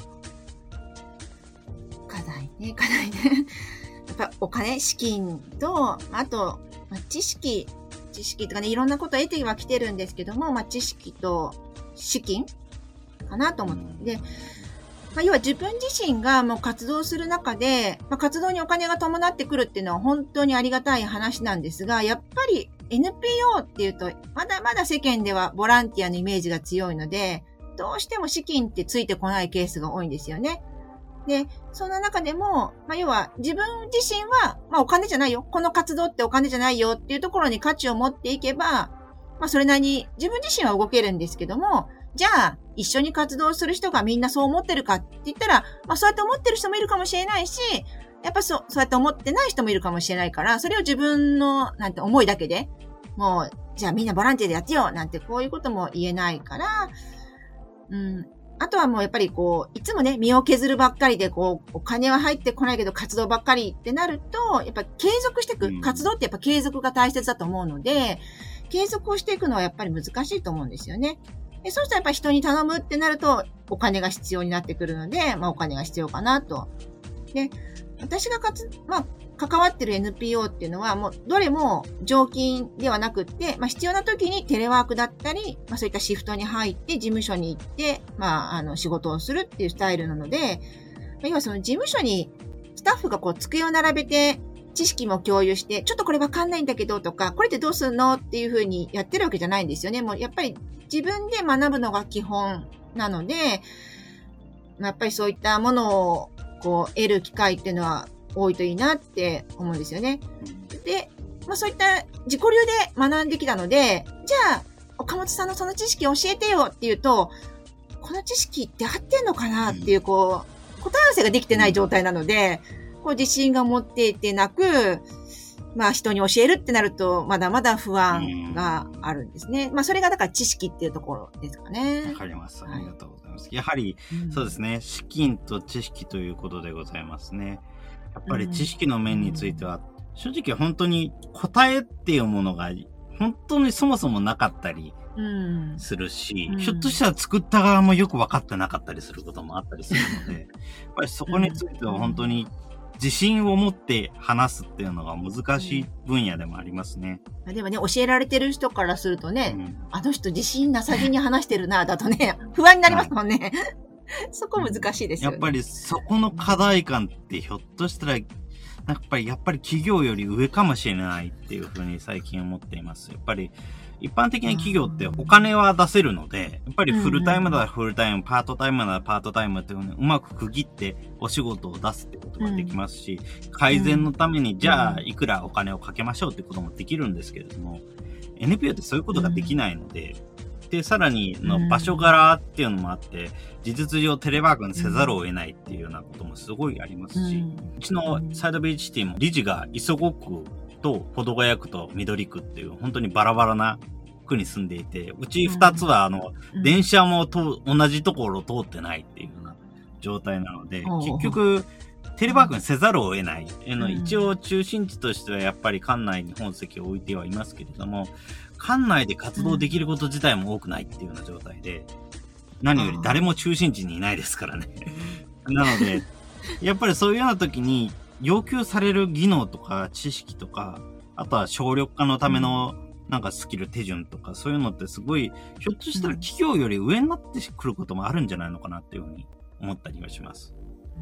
課題ね、課題ね。やっぱお金、資金と、あと、まあ、知識、知識とかね、いろんなことを得てはきてるんですけども、まあ、知識と資金かなと思って。で、まあ、要は自分自身がもう活動する中で、まあ、活動にお金が伴ってくるっていうのは本当にありがたい話なんですが、やっぱり エヌピーオー っていうと、まだまだ世間ではボランティアのイメージが強いので、どうしても資金ってついてこないケースが多いんですよね。で、その中でも、まあ、要は自分自身は、まあ、お金じゃないよ。この活動ってお金じゃないよっていうところに価値を持っていけば、まあ、それなりに自分自身は動けるんですけども、じゃあ、一緒に活動する人がみんなそう思ってるかって言ったら、まあ、そうやって思ってる人もいるかもしれないし、やっぱそう、そうやって思ってない人もいるかもしれないから、それを自分の、なんて思いだけで、もう、じゃあみんなボランティアでやってよなんてこういうことも言えないから、うん。あとはもうやっぱりこう、いつもね、身を削るばっかりで、こう、お金は入ってこないけど活動ばっかりってなると、やっぱ継続していく、活動ってやっぱ継続が大切だと思うので、継続をしていくのはやっぱり難しいと思うんですよね。でそうしたらやっぱり人に頼むってなると、お金が必要になってくるので、まあお金が必要かなと。で、私がかつ、まあ、関わってる エヌピーオー っていうのは、もう、どれも常勤ではなくって、まあ、必要な時にテレワークだったり、まあ、そういったシフトに入って、事務所に行って、まあ、あの、仕事をするっていうスタイルなので、まあ、要はその事務所に、スタッフがこう、机を並べて、知識も共有して、ちょっとこれわかんないんだけどとか、これってどうするのっていうふうにやってるわけじゃないんですよね。もう、やっぱり自分で学ぶのが基本なので、まあ、やっぱりそういったものを、こう、得る機会っていうのは、多いといいなって思うんですよね。で、まあそういった自己流で学んできたので、じゃあ、岡本さんのその知識教えてよっていうと、この知識って合ってんのかなっていう、こう、答え合わせができてない状態なので、こう自信が持っていてなく、まあ人に教えるってなると、まだまだ不安があるんですね。まあそれがだから知識っていうところですかね。 わかります。ありがとうございます。はい、やはり、うん、そうですね、資金と知識ということでございますね。やっぱり知識の面については、うん、正直本当に答えっていうものが本当にそもそもなかったりするし、うん、ひょっとしたら作った側もよく分かってなかったりすることもあったりするので、やっぱりそこについては本当に自信を持って話すっていうのが難しい分野でもありますね。 うん、でもね、教えられてる人からするとね、うん、あの人自信なさげに話してるな、だとね、不安になりますもんね。はいそこ難しいですよね。 やっぱりそこの課題感ってひょっとしたら、やっぱり、やっぱり企業より上かもしれないっていうふうに最近思っています。やっぱり一般的な企業ってお金は出せるので、やっぱりフルタイムならフルタイム、パートタイムならパートタイムっていうふうにうまく区切ってお仕事を出すってことができますし、改善のためにじゃあいくらお金をかけましょうってこともできるんですけれども、エヌピーオー ってそういうことができないので、で、さらにの場所柄っていうのもあって、事実上テレワークにせざるを得ないっていうようなこともすごいありますし、うん、うちのサイドビーチシティも理事が磯子区と保土ヶ谷区と緑区っていう本当にバラバラな区に住んでいて、うち二つはあの、うん、電車もと同じところを通ってないっていうような状態なので、うん、結局、テレワークにせざるを得ない。うん、一応中心地としてはやっぱり館内に本籍を置いてはいますけれども、館内で活動できること自体も多くないっていうような状態で、何より誰も中心地にいないですからね。なので、やっぱりそういうような時に要求される技能とか知識とか、あとは省力化のためのなんかスキル手順とか、そういうのってすごい、ひょっとしたら企業より上になってくることもあるんじゃないのかなっていうふうに思ったりはします。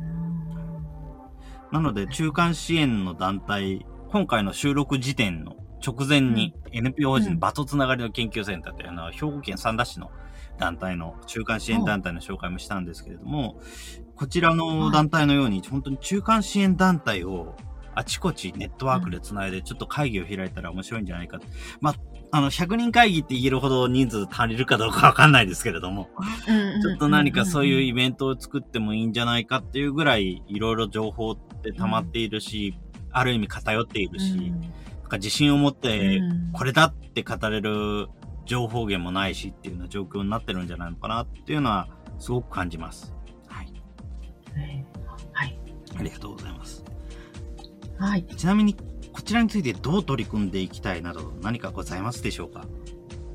なので、中間支援の団体、今回の収録時点の直前に エヌピーオー 法人バトつながりの研究センターというあの兵庫県三田市の団体の中間支援団体の紹介もしたんですけれども、こちらの団体のように本当に中間支援団体をあちこちネットワークでつないでちょっと会議を開いたら面白いんじゃないか。まあ、あのひゃくにん会議って言えるほど人数足りるかどうかわかんないですけれども、ちょっと何かそういうイベントを作ってもいいんじゃないかっていうぐらいいろいろ情報って溜まっているし、ある意味偏っているし、自信を持ってこれだって語れる情報源もないしっていうような状況になってるんじゃないのかなっていうのはすごく感じます。はい。 はい。 ありがとうございます。 はい。 ちなみにこちらについてどう取り組んでいきたいなど何かございますでしょうか？ う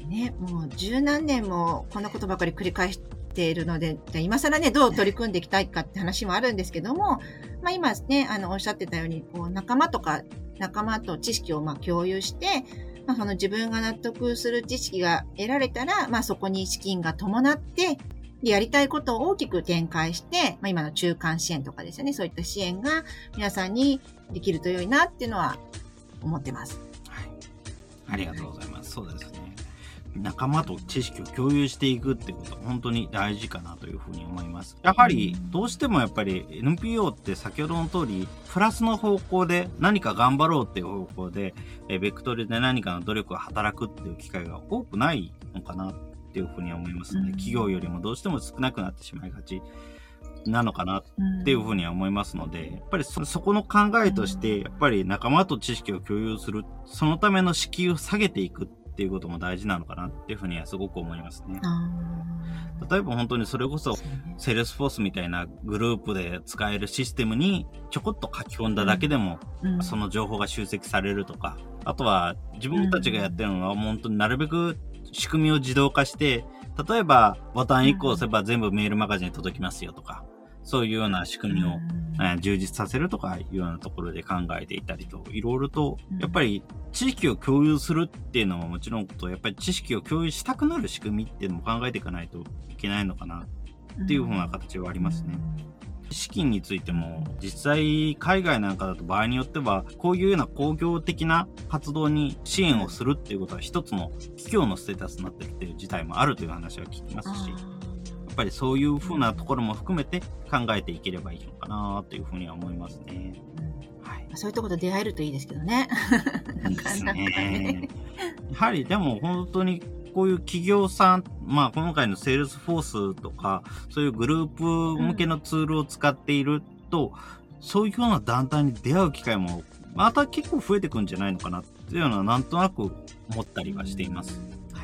ね、もう十何年もこんなことばかり繰り返しているので、じゃあ今更ね、どう取り組んでいきたいかって話もあるんですけども、まあ今ね、あの、おっしゃってたように、こう、仲間とか、仲間と知識をまあ共有して、まあその自分が納得する知識が得られたら、まあそこに資金が伴って、やりたいことを大きく展開して、まあ今の中間支援とかですよね、そういった支援が皆さんにできると良いなっていうのは思ってます。 はい。ありがとうございます。そうですね。仲間と知識を共有していくっていうことは本当に大事かなというふうに思います。やはりどうしてもやっぱり エヌピーオー って先ほどの通りプラスの方向で何か頑張ろうっていう方向でえベクトルで何かの努力が働くっていう機会が多くないのかなっていうふうに思いますね。企業よりもどうしても少なくなってしまいがちなのかなっていうふうには思いますので、やっぱり そ, そこの考えとしてやっぱり仲間と知識を共有する、そのための敷居を下げていくっていうことも大事なのかなっていうふうにはすごく思いますね。例えば本当にそれこそセールスフォースみたいなグループで使えるシステムにちょこっと書き込んだだけでもその情報が集積されるとか、あとは自分たちがやってるのは本当になるべく仕組みを自動化して、例えばボタンいっこ押せば全部メールマガジンに届きますよとか、そういうような仕組みを、えー、充実させるとかいうようなところで考えていたりと、いろいろとやっぱり知識を共有するっていうのももちろんと、やっぱり知識を共有したくなる仕組みっていうのも考えていかないといけないのかなっていうふうな形はありますね。資金についても実際海外なんかだと場合によってはこういうような公共的な活動に支援をするっていうことは一つの企業のステータスになってるっていう事態もあるという話は聞きますし、やっぱりそういう風なところも含めて考えていければいいのかなというふうには思いますね。 はい、そういうところと出会えるといいですけどね。 いいですね。やはりでも本当にこういう企業さん、まあ今回のセールスフォースとかそういうグループ向けのツールを使っていると、うん、そういうような団体に出会う機会もまた結構増えてくんじゃないのかなっていうのはなんとなく思ったりはしています。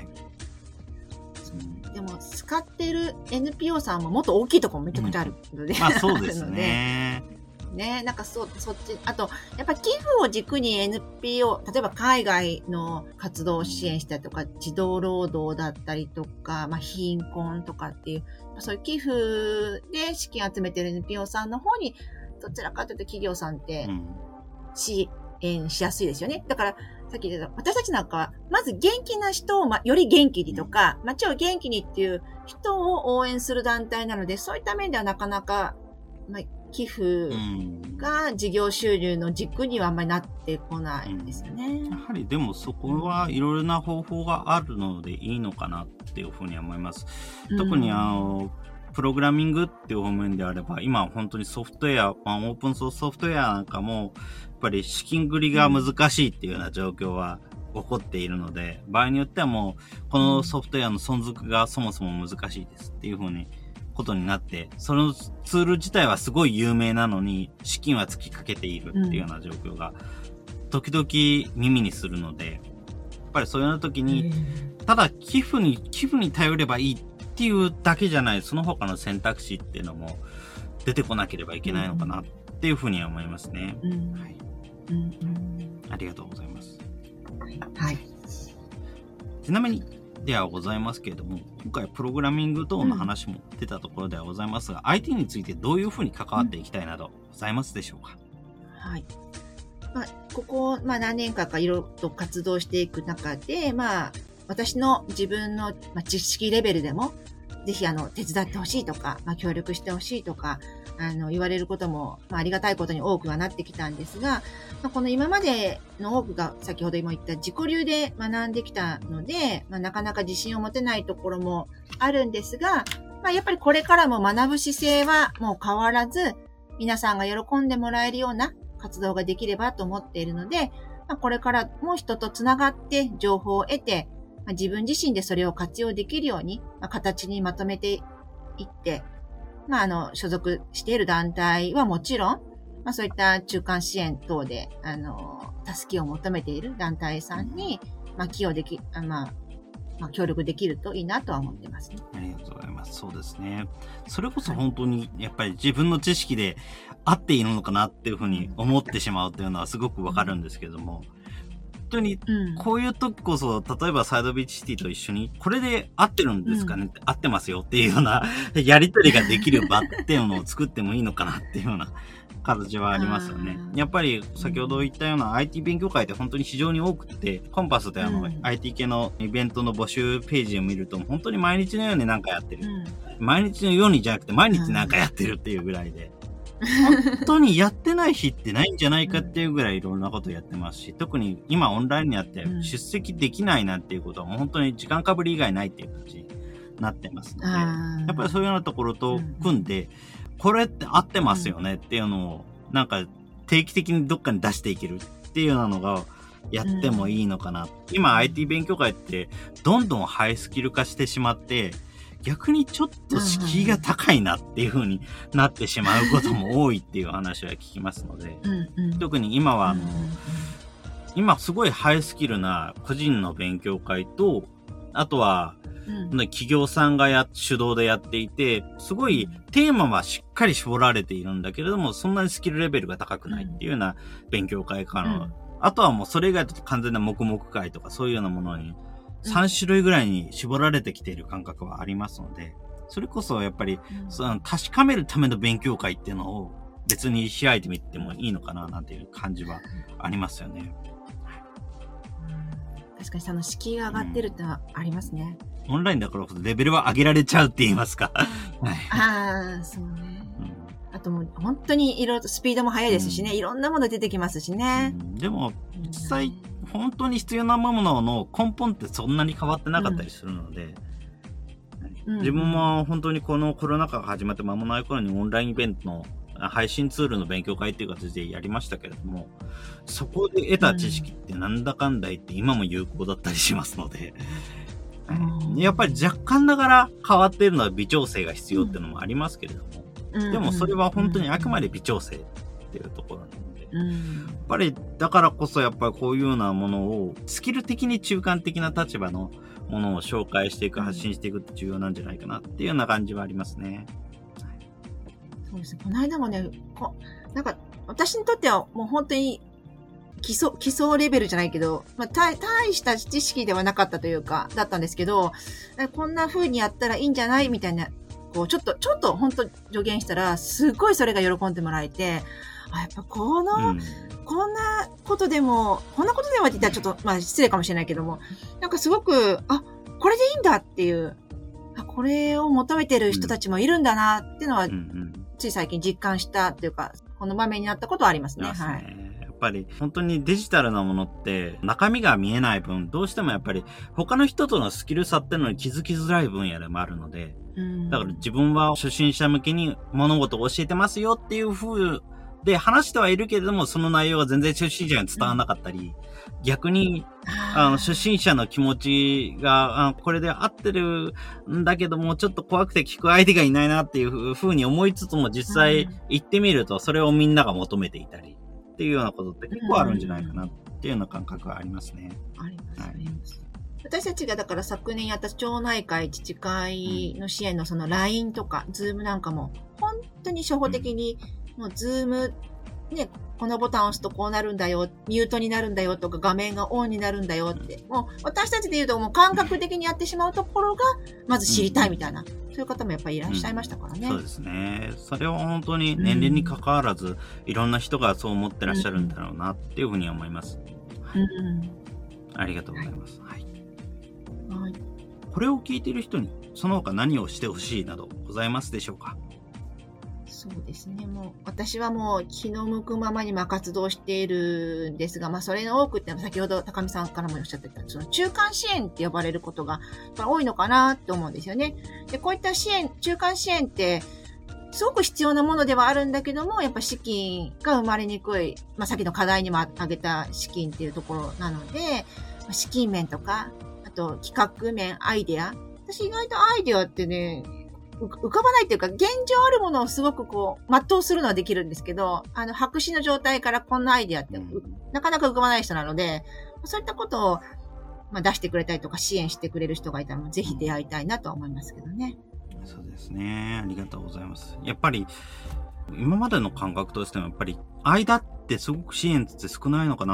でも使っている エヌピーオー さんももっと大きいところもめちゃくちゃあるので、 うん、まあそうですね。 ね、なんかそ、そっち、あと、やっぱ寄付を軸に エヌピーオー、例えば海外の活動を支援したりとか、児童労働だったりとか、まあ貧困とかっていう、そういう寄付で資金を集めている エヌピーオー さんの方に、どちらかというと企業さんって支援しやすいですよね。だから、さっき言った私たちなんかは、まず元気な人を、ま、より元気にとか、街を元気にっていう人を応援する団体なので、そういった面ではなかなか、まあ、寄付が事業収入の軸にはあんまりなってこないんですよね。 うん、やはりでもそこはいろいろな方法があるのでいいのかなっていうふうに思います。うん、特にあの、プログラミングっていう方面であれば、今本当にソフトウェア、まあ、オープンソースソフトウェアなんかも、やっぱり資金繰りが難しいっていうような状況は起こっているので、場合によってはもう、このソフトウェアの存続がそもそも難しいですっていうふうに、ことになって、そのツール自体はすごい有名なのに、資金は尽きかけているっていうような状況が、時々耳にするので、やっぱりそういう時に、ただ寄付に、寄付に頼ればいいっていうだけじゃない、その他の選択肢っていうのも出てこなければいけないのかなっていうふうには思いますね。うん、はい。うんうん、ありがとうございます。 はい。 ちなみに、ではございますけれども、今回プログラミング等の話も出たところではございますが、うん、アイティー についてどういうふうに関わっていきたいなどございますでしょうか。 うん、はい。まあ、ここ、まあ何年間かいろいろと活動していく中で、まあ、私の自分の、まあ、知識レベルでも、ぜひあの、手伝ってほしいとか、まあ、協力してほしいとか、あの、言われることも、まあ、ありがたいことに多くはなってきたんですが、まあ、この今までの多くが、先ほど今言った自己流で学んできたので、まあ、なかなか自信を持てないところもあるんですが、まあ、やっぱりこれからも学ぶ姿勢はもう変わらず、皆さんが喜んでもらえるような活動ができればと思っているので、まあ、これからも人とつながって情報を得て、まあ、自分自身でそれを活用できるように、まあ、形にまとめていって、まあ、あの、所属している団体はもちろん、まあ、そういった中間支援等で、あの、助けを求めている団体さんに、まあ、寄与でき、あまあ、まあ、協力できるといいなとは思ってますね。 ありがとうございます。そうですね。それこそ本当に、やっぱり自分の知識で合っているのかなっていうふうに思ってしまうというのはすごくわかるんですけれども、 当に、こういう時こそ、例えばサイドビーチシティと一緒に、これで合ってるんですかね、うん、合ってますよっていうような、やりとりができる場っていうのを作ってもいいのかなっていうような形はありますよね。やっぱり先ほど言ったような アイティー 勉強会って本当に非常に多くて、コンパスであの、うん、アイティー 系のイベントの募集ページを見ると、本当に毎日のように何かやってる。うん、毎日のようにじゃなくて、毎日何かやってるっていうぐらいで。本当にやってない日ってないんじゃないかっていうぐらいいろんなことやってますし、特に今オンラインにあって出席できないなっていうことはもう本当に時間かぶり以外ないっていう感じになってますので、やっぱりそういうようなところと組んで、これって合ってますよねっていうのをなんか定期的にどっかに出していけるっていうようなのがやってもいいのかな。今 アイティー 勉強会ってどんどんハイスキル化してしまって、逆にちょっと敷居が高いなっていう風になってしまうことも多いっていう話は聞きますので、うんうん、特に今はあの、うんうん、今すごいハイスキルな個人の勉強会と、あとは、うん、企業さんがや主導でやっていて、すごいテーマはしっかり絞られているんだけれども、そんなにスキルレベルが高くないっていうような勉強会からの、うん、あとはもうそれ以外だと完全な黙々会とかそういうようなものにさん種類ぐらいに絞られてきている感覚はありますので、それこそやっぱり、うん、その確かめるための勉強会っていうのを別に開いてみてもいいのかななんていう感じはありますよね。 うん、確かにその敷居が上がってるってのはありますね。 うん、オンラインだからこそレベルは上げられちゃうって言いますか。はい、 ああ、そうね。うん、あともう本当にいろいろとスピードも速いですしね、うん、いろんなもの出てきますしね。うん、 でも実際、うん本当に必要なものの根本ってそんなに変わってなかったりするので、うん、自分も本当にこのコロナ禍が始まって間もない頃にオンラインイベントの配信ツールの勉強会っていう形でやりましたけれども、そこで得た知識ってなんだかんだ言って今も有効だったりしますので、うん、やっぱり若干ながら変わっているのは微調整が必要っていうのもありますけれども、うん、でもそれは本当にあくまで微調整っていうところなので、うん、やっぱりだからこそやっぱりこういうようなものをスキル的に中間的な立場のものを紹介していく発信していくって重要なんじゃないかなっていうような感じはありますね。 そうですね。この間もね、こなんか私にとってはもう本当に基礎基礎レベルじゃないけど、まあ、大大した知識ではなかったというかだったんですけど、こんな風にやったらいいんじゃないみたいなこうちょっとちょっと本当助言したらすごいそれが喜んでもらえて。あやっぱこの、うん、こんなことでも、こんなことでもって言ったらちょっと、まあ失礼かもしれないけども、なんかすごく、あ、これでいいんだっていう、あこれを求めてる人たちもいるんだなっていうのは、うんうん、つい最近実感したっていうか、この場面になったことはありますね。 ますね。 はい。 やっぱり本当にデジタルなものって中身が見えない分、どうしてもやっぱり他の人とのスキル差っていうのに気づきづらい分野でもあるので、うん、だから自分は初心者向けに物事を教えてますよっていう風で、話してはいるけれども、その内容が全然初心者に伝わらなかったり、うん、逆に、あの、初心者の気持ちが、あこれで合ってるんだけども、ちょっと怖くて聞く相手がいないなっていうふうに思いつつも、実際行ってみると、それをみんなが求めていたり、っていうようなことって結構あるんじゃないかなっていうような感覚はありますね。 あります、あります。私たちがだから昨年やった町内会、自治会の支援のその ライン とか、ズームなんかも、本当に初歩的に、うんもうズームね、このボタンを押すとこうなるんだよ、ミュートになるんだよとか画面がオンになるんだよって、もう私たちで言うともう感覚的にやってしまうところがまず知りたいみたいな、うん、そういう方もやっぱりいらっしゃいましたからね。 うん、そうですね。それは本当に年齢に関わらず、うん、いろんな人がそう思ってらっしゃるんだろうなっていうふうに思います。はい、うん、ありがとうございます。はい。はい、これを聞いている人にその他何をしてほしいなどございますでしょうか？ そうですね。もう、私はもう気の向くままにまあ活動しているんですが、まあそれの多くって先ほど高見さんからもおっしゃってた、その中間支援って呼ばれることが多いのかなって思うんですよね。で、こういった支援、中間支援って、すごく必要なものではあるんだけども、やっぱ資金が生まれにくい、まあさっきの課題にも挙げた資金っていうところなので、資金面とか、あと企画面、アイデア。私意外とアイデアってね、浮かばないっていうか、現状あるものをすごくこう、全うするのはできるんですけど、あの、白紙の状態からこんなアイデアって、なかなか浮かばない人なので、そういったことを、まあ、出してくれたりとか支援してくれる人がいたら、ぜひ出会いたいなとは思いますけどね。 そうですね。ありがとうございます。やっぱり、今までの感覚としても、やっぱり、間ってすごく支援って少ないのかなっ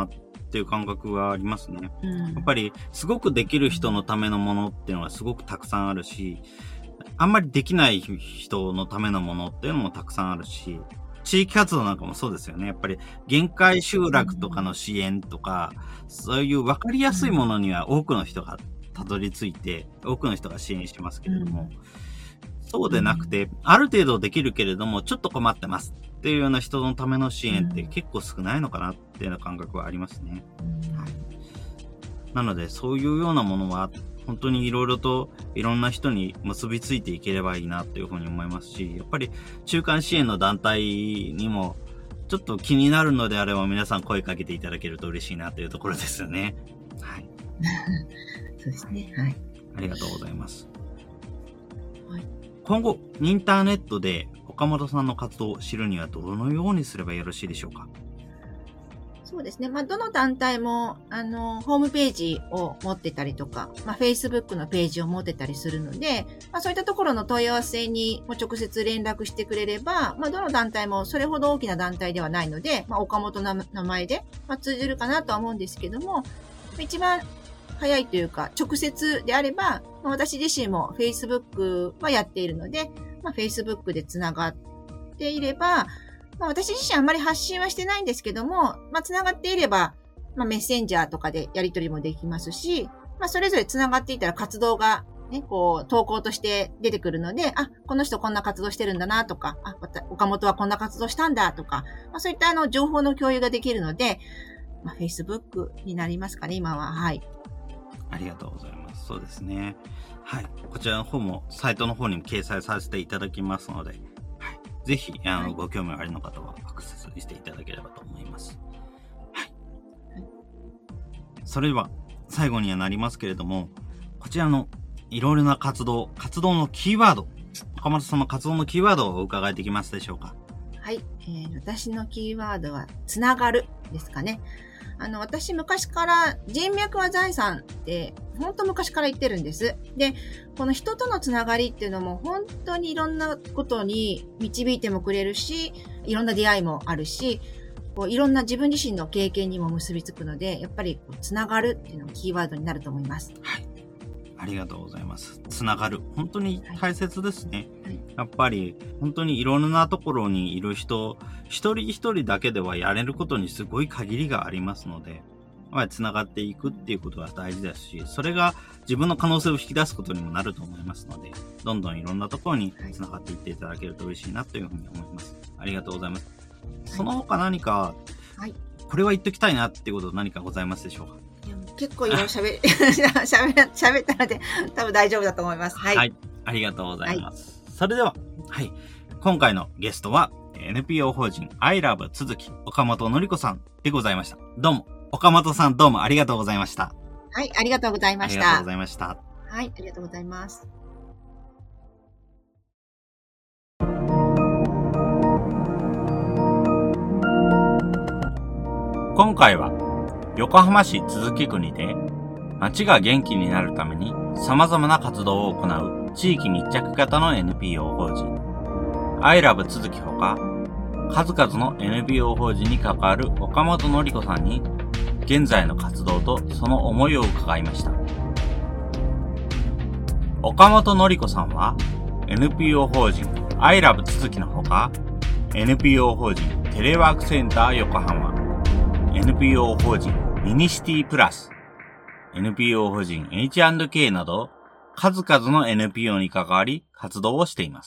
っていう感覚がありますね。 うん、 やっぱりすごくできる人のためのものっていうのはすごくたくさんあるし、あんまりできない人のためのものっていうのもたくさんあるし、地域活動なんかもそうですよね。やっぱり限界集落とかの支援とか、そういう分かりやすいものには多くの人がたどり着いて、多くの人が支援しますけれども、そうでなくて、ある程度できるけれども、ちょっと困ってますっていうような人のための支援って結構少ないのかなっていうような感覚はありますね。はい、なので、そういうようなものは、本当にいろいろといろんな人に結びついていければいいなというふうに思いますし、やっぱり中間支援の団体にもちょっと気になるのであれば皆さん声かけていただけると嬉しいなというところですよね。はい。 そうですね。はい。 ありがとうございます。 はい、 今後、インターネットで岡本さんの活動を知るにはどのようにすればよろしいでしょうか？ そうですね。まあ、どの団体も、あの、ホームページを持ってたりとか、まあ、Facebook のページを持ってたりするので、まあ、そういったところの問い合わせにも直接連絡してくれれば、まあ、どの団体もそれほど大きな団体ではないので、まあ、岡本の名前で、まあ、通じるかなとは思うんですけども、一番早いというか、直接であれば、まあ、私自身も Facebook はやっているので、まあ、Facebook でつながっていれば、まあ、私自身あんまり発信はしてないんですけども、まあ、つながっていれば、まあ、メッセンジャーとかでやり取りもできますし、まあ、それぞれつながっていたら活動がね、こう、投稿として出てくるので、あ、この人こんな活動してるんだなとか、あ、岡本はこんな活動したんだとか、まあ、そういったあの、情報の共有ができるので、まあ、Facebook になりますかね、今は。はい。 ありがとうございます。そうですね。はい。こちらの方も、サイトの方にも掲載させていただきますので、ぜひ、あの、はい、ご興味ありの方はアクセスしていただければと思います。はい。はい、それでは、最後にはなりますけれども、こちらのいろいろな活動、活動のキーワード、岡本さんの活動のキーワードをお伺いできますでしょうか？ はい。えー、私のキーワードは、つながるですかね。あの、私昔から人脈は財産って、本当昔から言ってるんです。で、この人とのつながりっていうのも本当にいろんなことに導いてもくれるし、いろんな出会いもあるし、こういろんな自分自身の経験にも結びつくので、やっぱりこうつながるっていうのがキーワードになると思います。 はい。ありがとうございます。つながる。本当に大切ですね。 はいはい、 やっぱり本当にいろんなところにいる人、一人一人だけではやれることにすごい限りがありますので、つながっていくっていうことは大事ですし、それが自分の可能性を引き出すことにもなると思いますので、どんどんいろんなところにつながっていっていただけると嬉しいなというふうに思います。ありがとうございます。その他何か、はい、これは言っときたいなっていうこと何かございますでしょうか？ いや結構いろいろ喋ったので多分大丈夫だと思います。はい。 はい、ありがとうございます。はい、それでは、はい、今回のゲストは エヌピーオー 法人 iLove つづき岡本典子さんでございました。どうも。岡本さんどうもありがとうございました。 はい、ありがとうございました。 ありがとうございました。 はい、ありがとうございます。 今回は横浜市都筑区にて街が元気になるために様々な活動を行う地域密着型の エヌピーオー 法人 iLove つづきほか数々の エヌピーオー 法人に関わる岡本典子さんに現在の活動とその思いを伺いました。岡本典子さんは エヌピーオー 法人 iLove つづきのほか エヌピーオー 法人テレワークセンター横浜 エヌピーオー 法人ミニシティプラス エヌピーオー 法人 エイチアンドケー など数々の エヌピーオー に関わり活動をしています。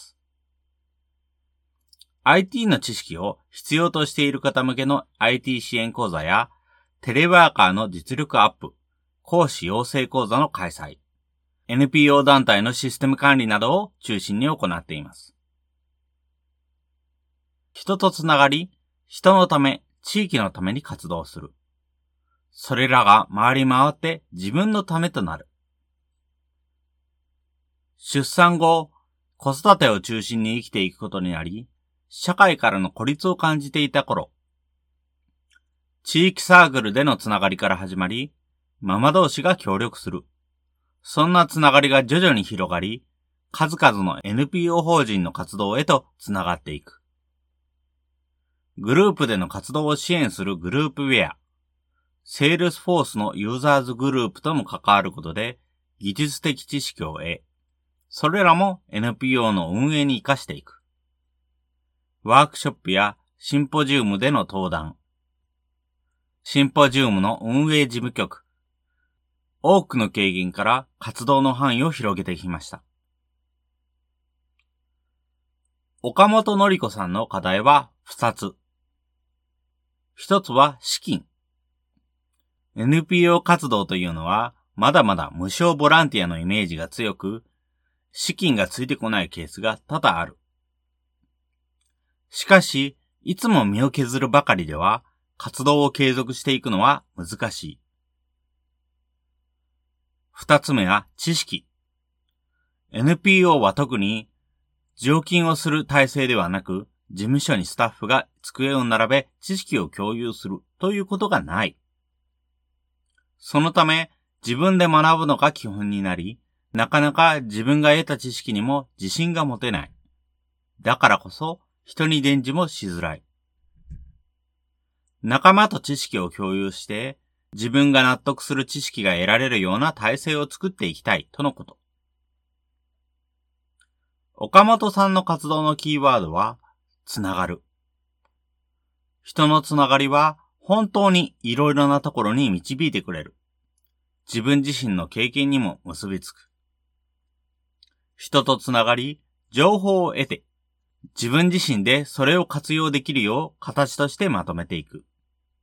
アイティー の知識を必要としている方向けの アイティー 支援講座やテレワーカーの実力アップ、講師養成講座の開催、エヌピーオー 団体のシステム管理などを中心に行っています。人とつながり、人のため、地域のために活動する。それらが回り回って自分のためとなる。出産後、子育てを中心に生きていくことになり、社会からの孤立を感じていた頃、地域サークルでのつながりから始まり、ママ同士が協力する。そんなつながりが徐々に広がり、数々の エヌピーオー 法人の活動へとつながっていく。グループでの活動を支援するグループウェア、 セールスフォースのユーザーズグループとも関わることで技術的知識を得、それらも エヌピーオー の運営に活かしていく。ワークショップやシンポジウムでの登壇、シンポジウムの運営事務局、多くの経験から活動の範囲を広げてきました。岡本のり子さんの課題はふたつ。ひとつは資金。エヌピーオー 活動というのはまだまだ無償ボランティアのイメージが強く、資金がついてこないケースが多々ある。しかし、いつも身を削るばかりでは活動を継続していくのは難しい。二つ目は知識。エヌピーオー は特に常勤をする体制ではなく、事務所にスタッフが机を並べ知識を共有するということがない。そのため、自分で学ぶのが基本になり、なかなか自分が得た知識にも自信が持てない。だからこそ、人に伝授もしづらい。仲間と知識を共有して、自分が納得する知識が得られるような体制を作っていきたいとのこと。岡本さんの活動のキーワードは、つながる。人のつながりは本当にいろいろなところに導いてくれる。自分自身の経験にも結びつく。人とつながり、情報を得て、自分自身でそれを活用できるよう形としてまとめていく。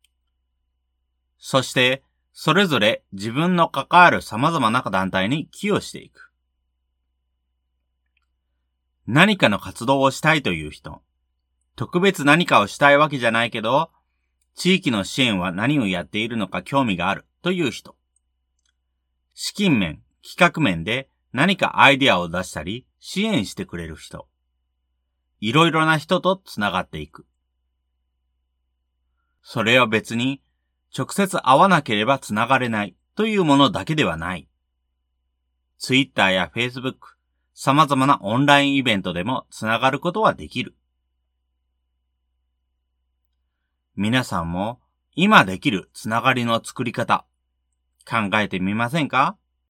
そして、それぞれ自分の関わる様々な団体に寄与していく。何かの活動をしたいという人、特別何かをしたいわけじゃないけど、地域の支援は何をやっているのか興味があるという人、資金面、企画面で何かアイデアを出したり支援してくれる人、いろいろな人とつながっていく。それは別に直接会わなければつながれないというものだけではない。Twitter や Facebook、様々なオンラインイベントでもつながることはできる。皆さんも今できるつながりの作り方、考えてみませんか？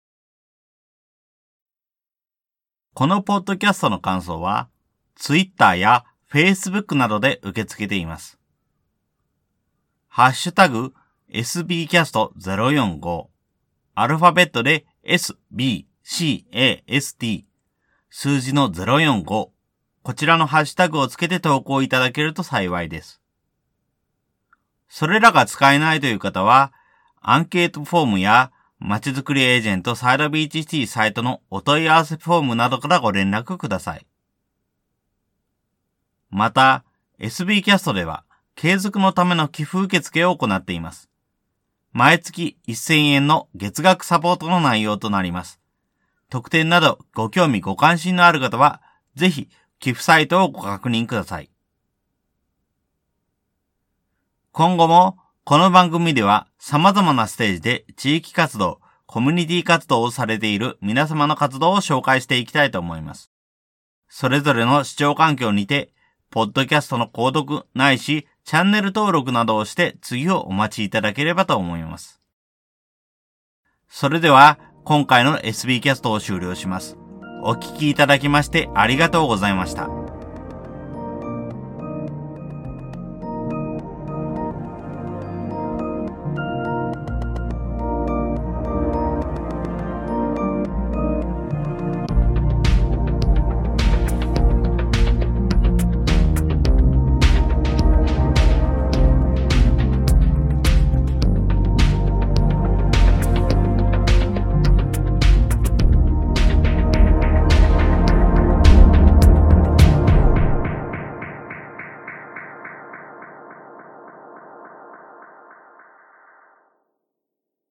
このポッドキャストの感想は、Twitter や Facebook などで受け付けています。ハッシュタグ エスビーキャストゼロよんご、アルファベットで エスビーシーエーエスティー、数字のゼロよんご、こちらのハッシュタグをつけて投稿いただけると幸いです。それらが使えないという方は、アンケートフォームやまちづくりエージェントサイドビーチシティサイトのお問い合わせフォームなどからご連絡ください。また、エスビー キャストでは継続のための寄付受付を行っています。毎月せんえんの月額サポートの内容となります。特典などご興味ご関心のある方は、ぜひ寄付サイトをご確認ください。今後もこの番組では様々なステージで地域活動、コミュニティ活動をされている皆様の活動を紹介していきたいと思います。それぞれの視聴環境にて、ポッドキャストの購読ないしチャンネル登録などをして次をお待ちいただければと思います。それでは今回の エスビー キャストを終了します。お聞きいただきましてありがとうございました。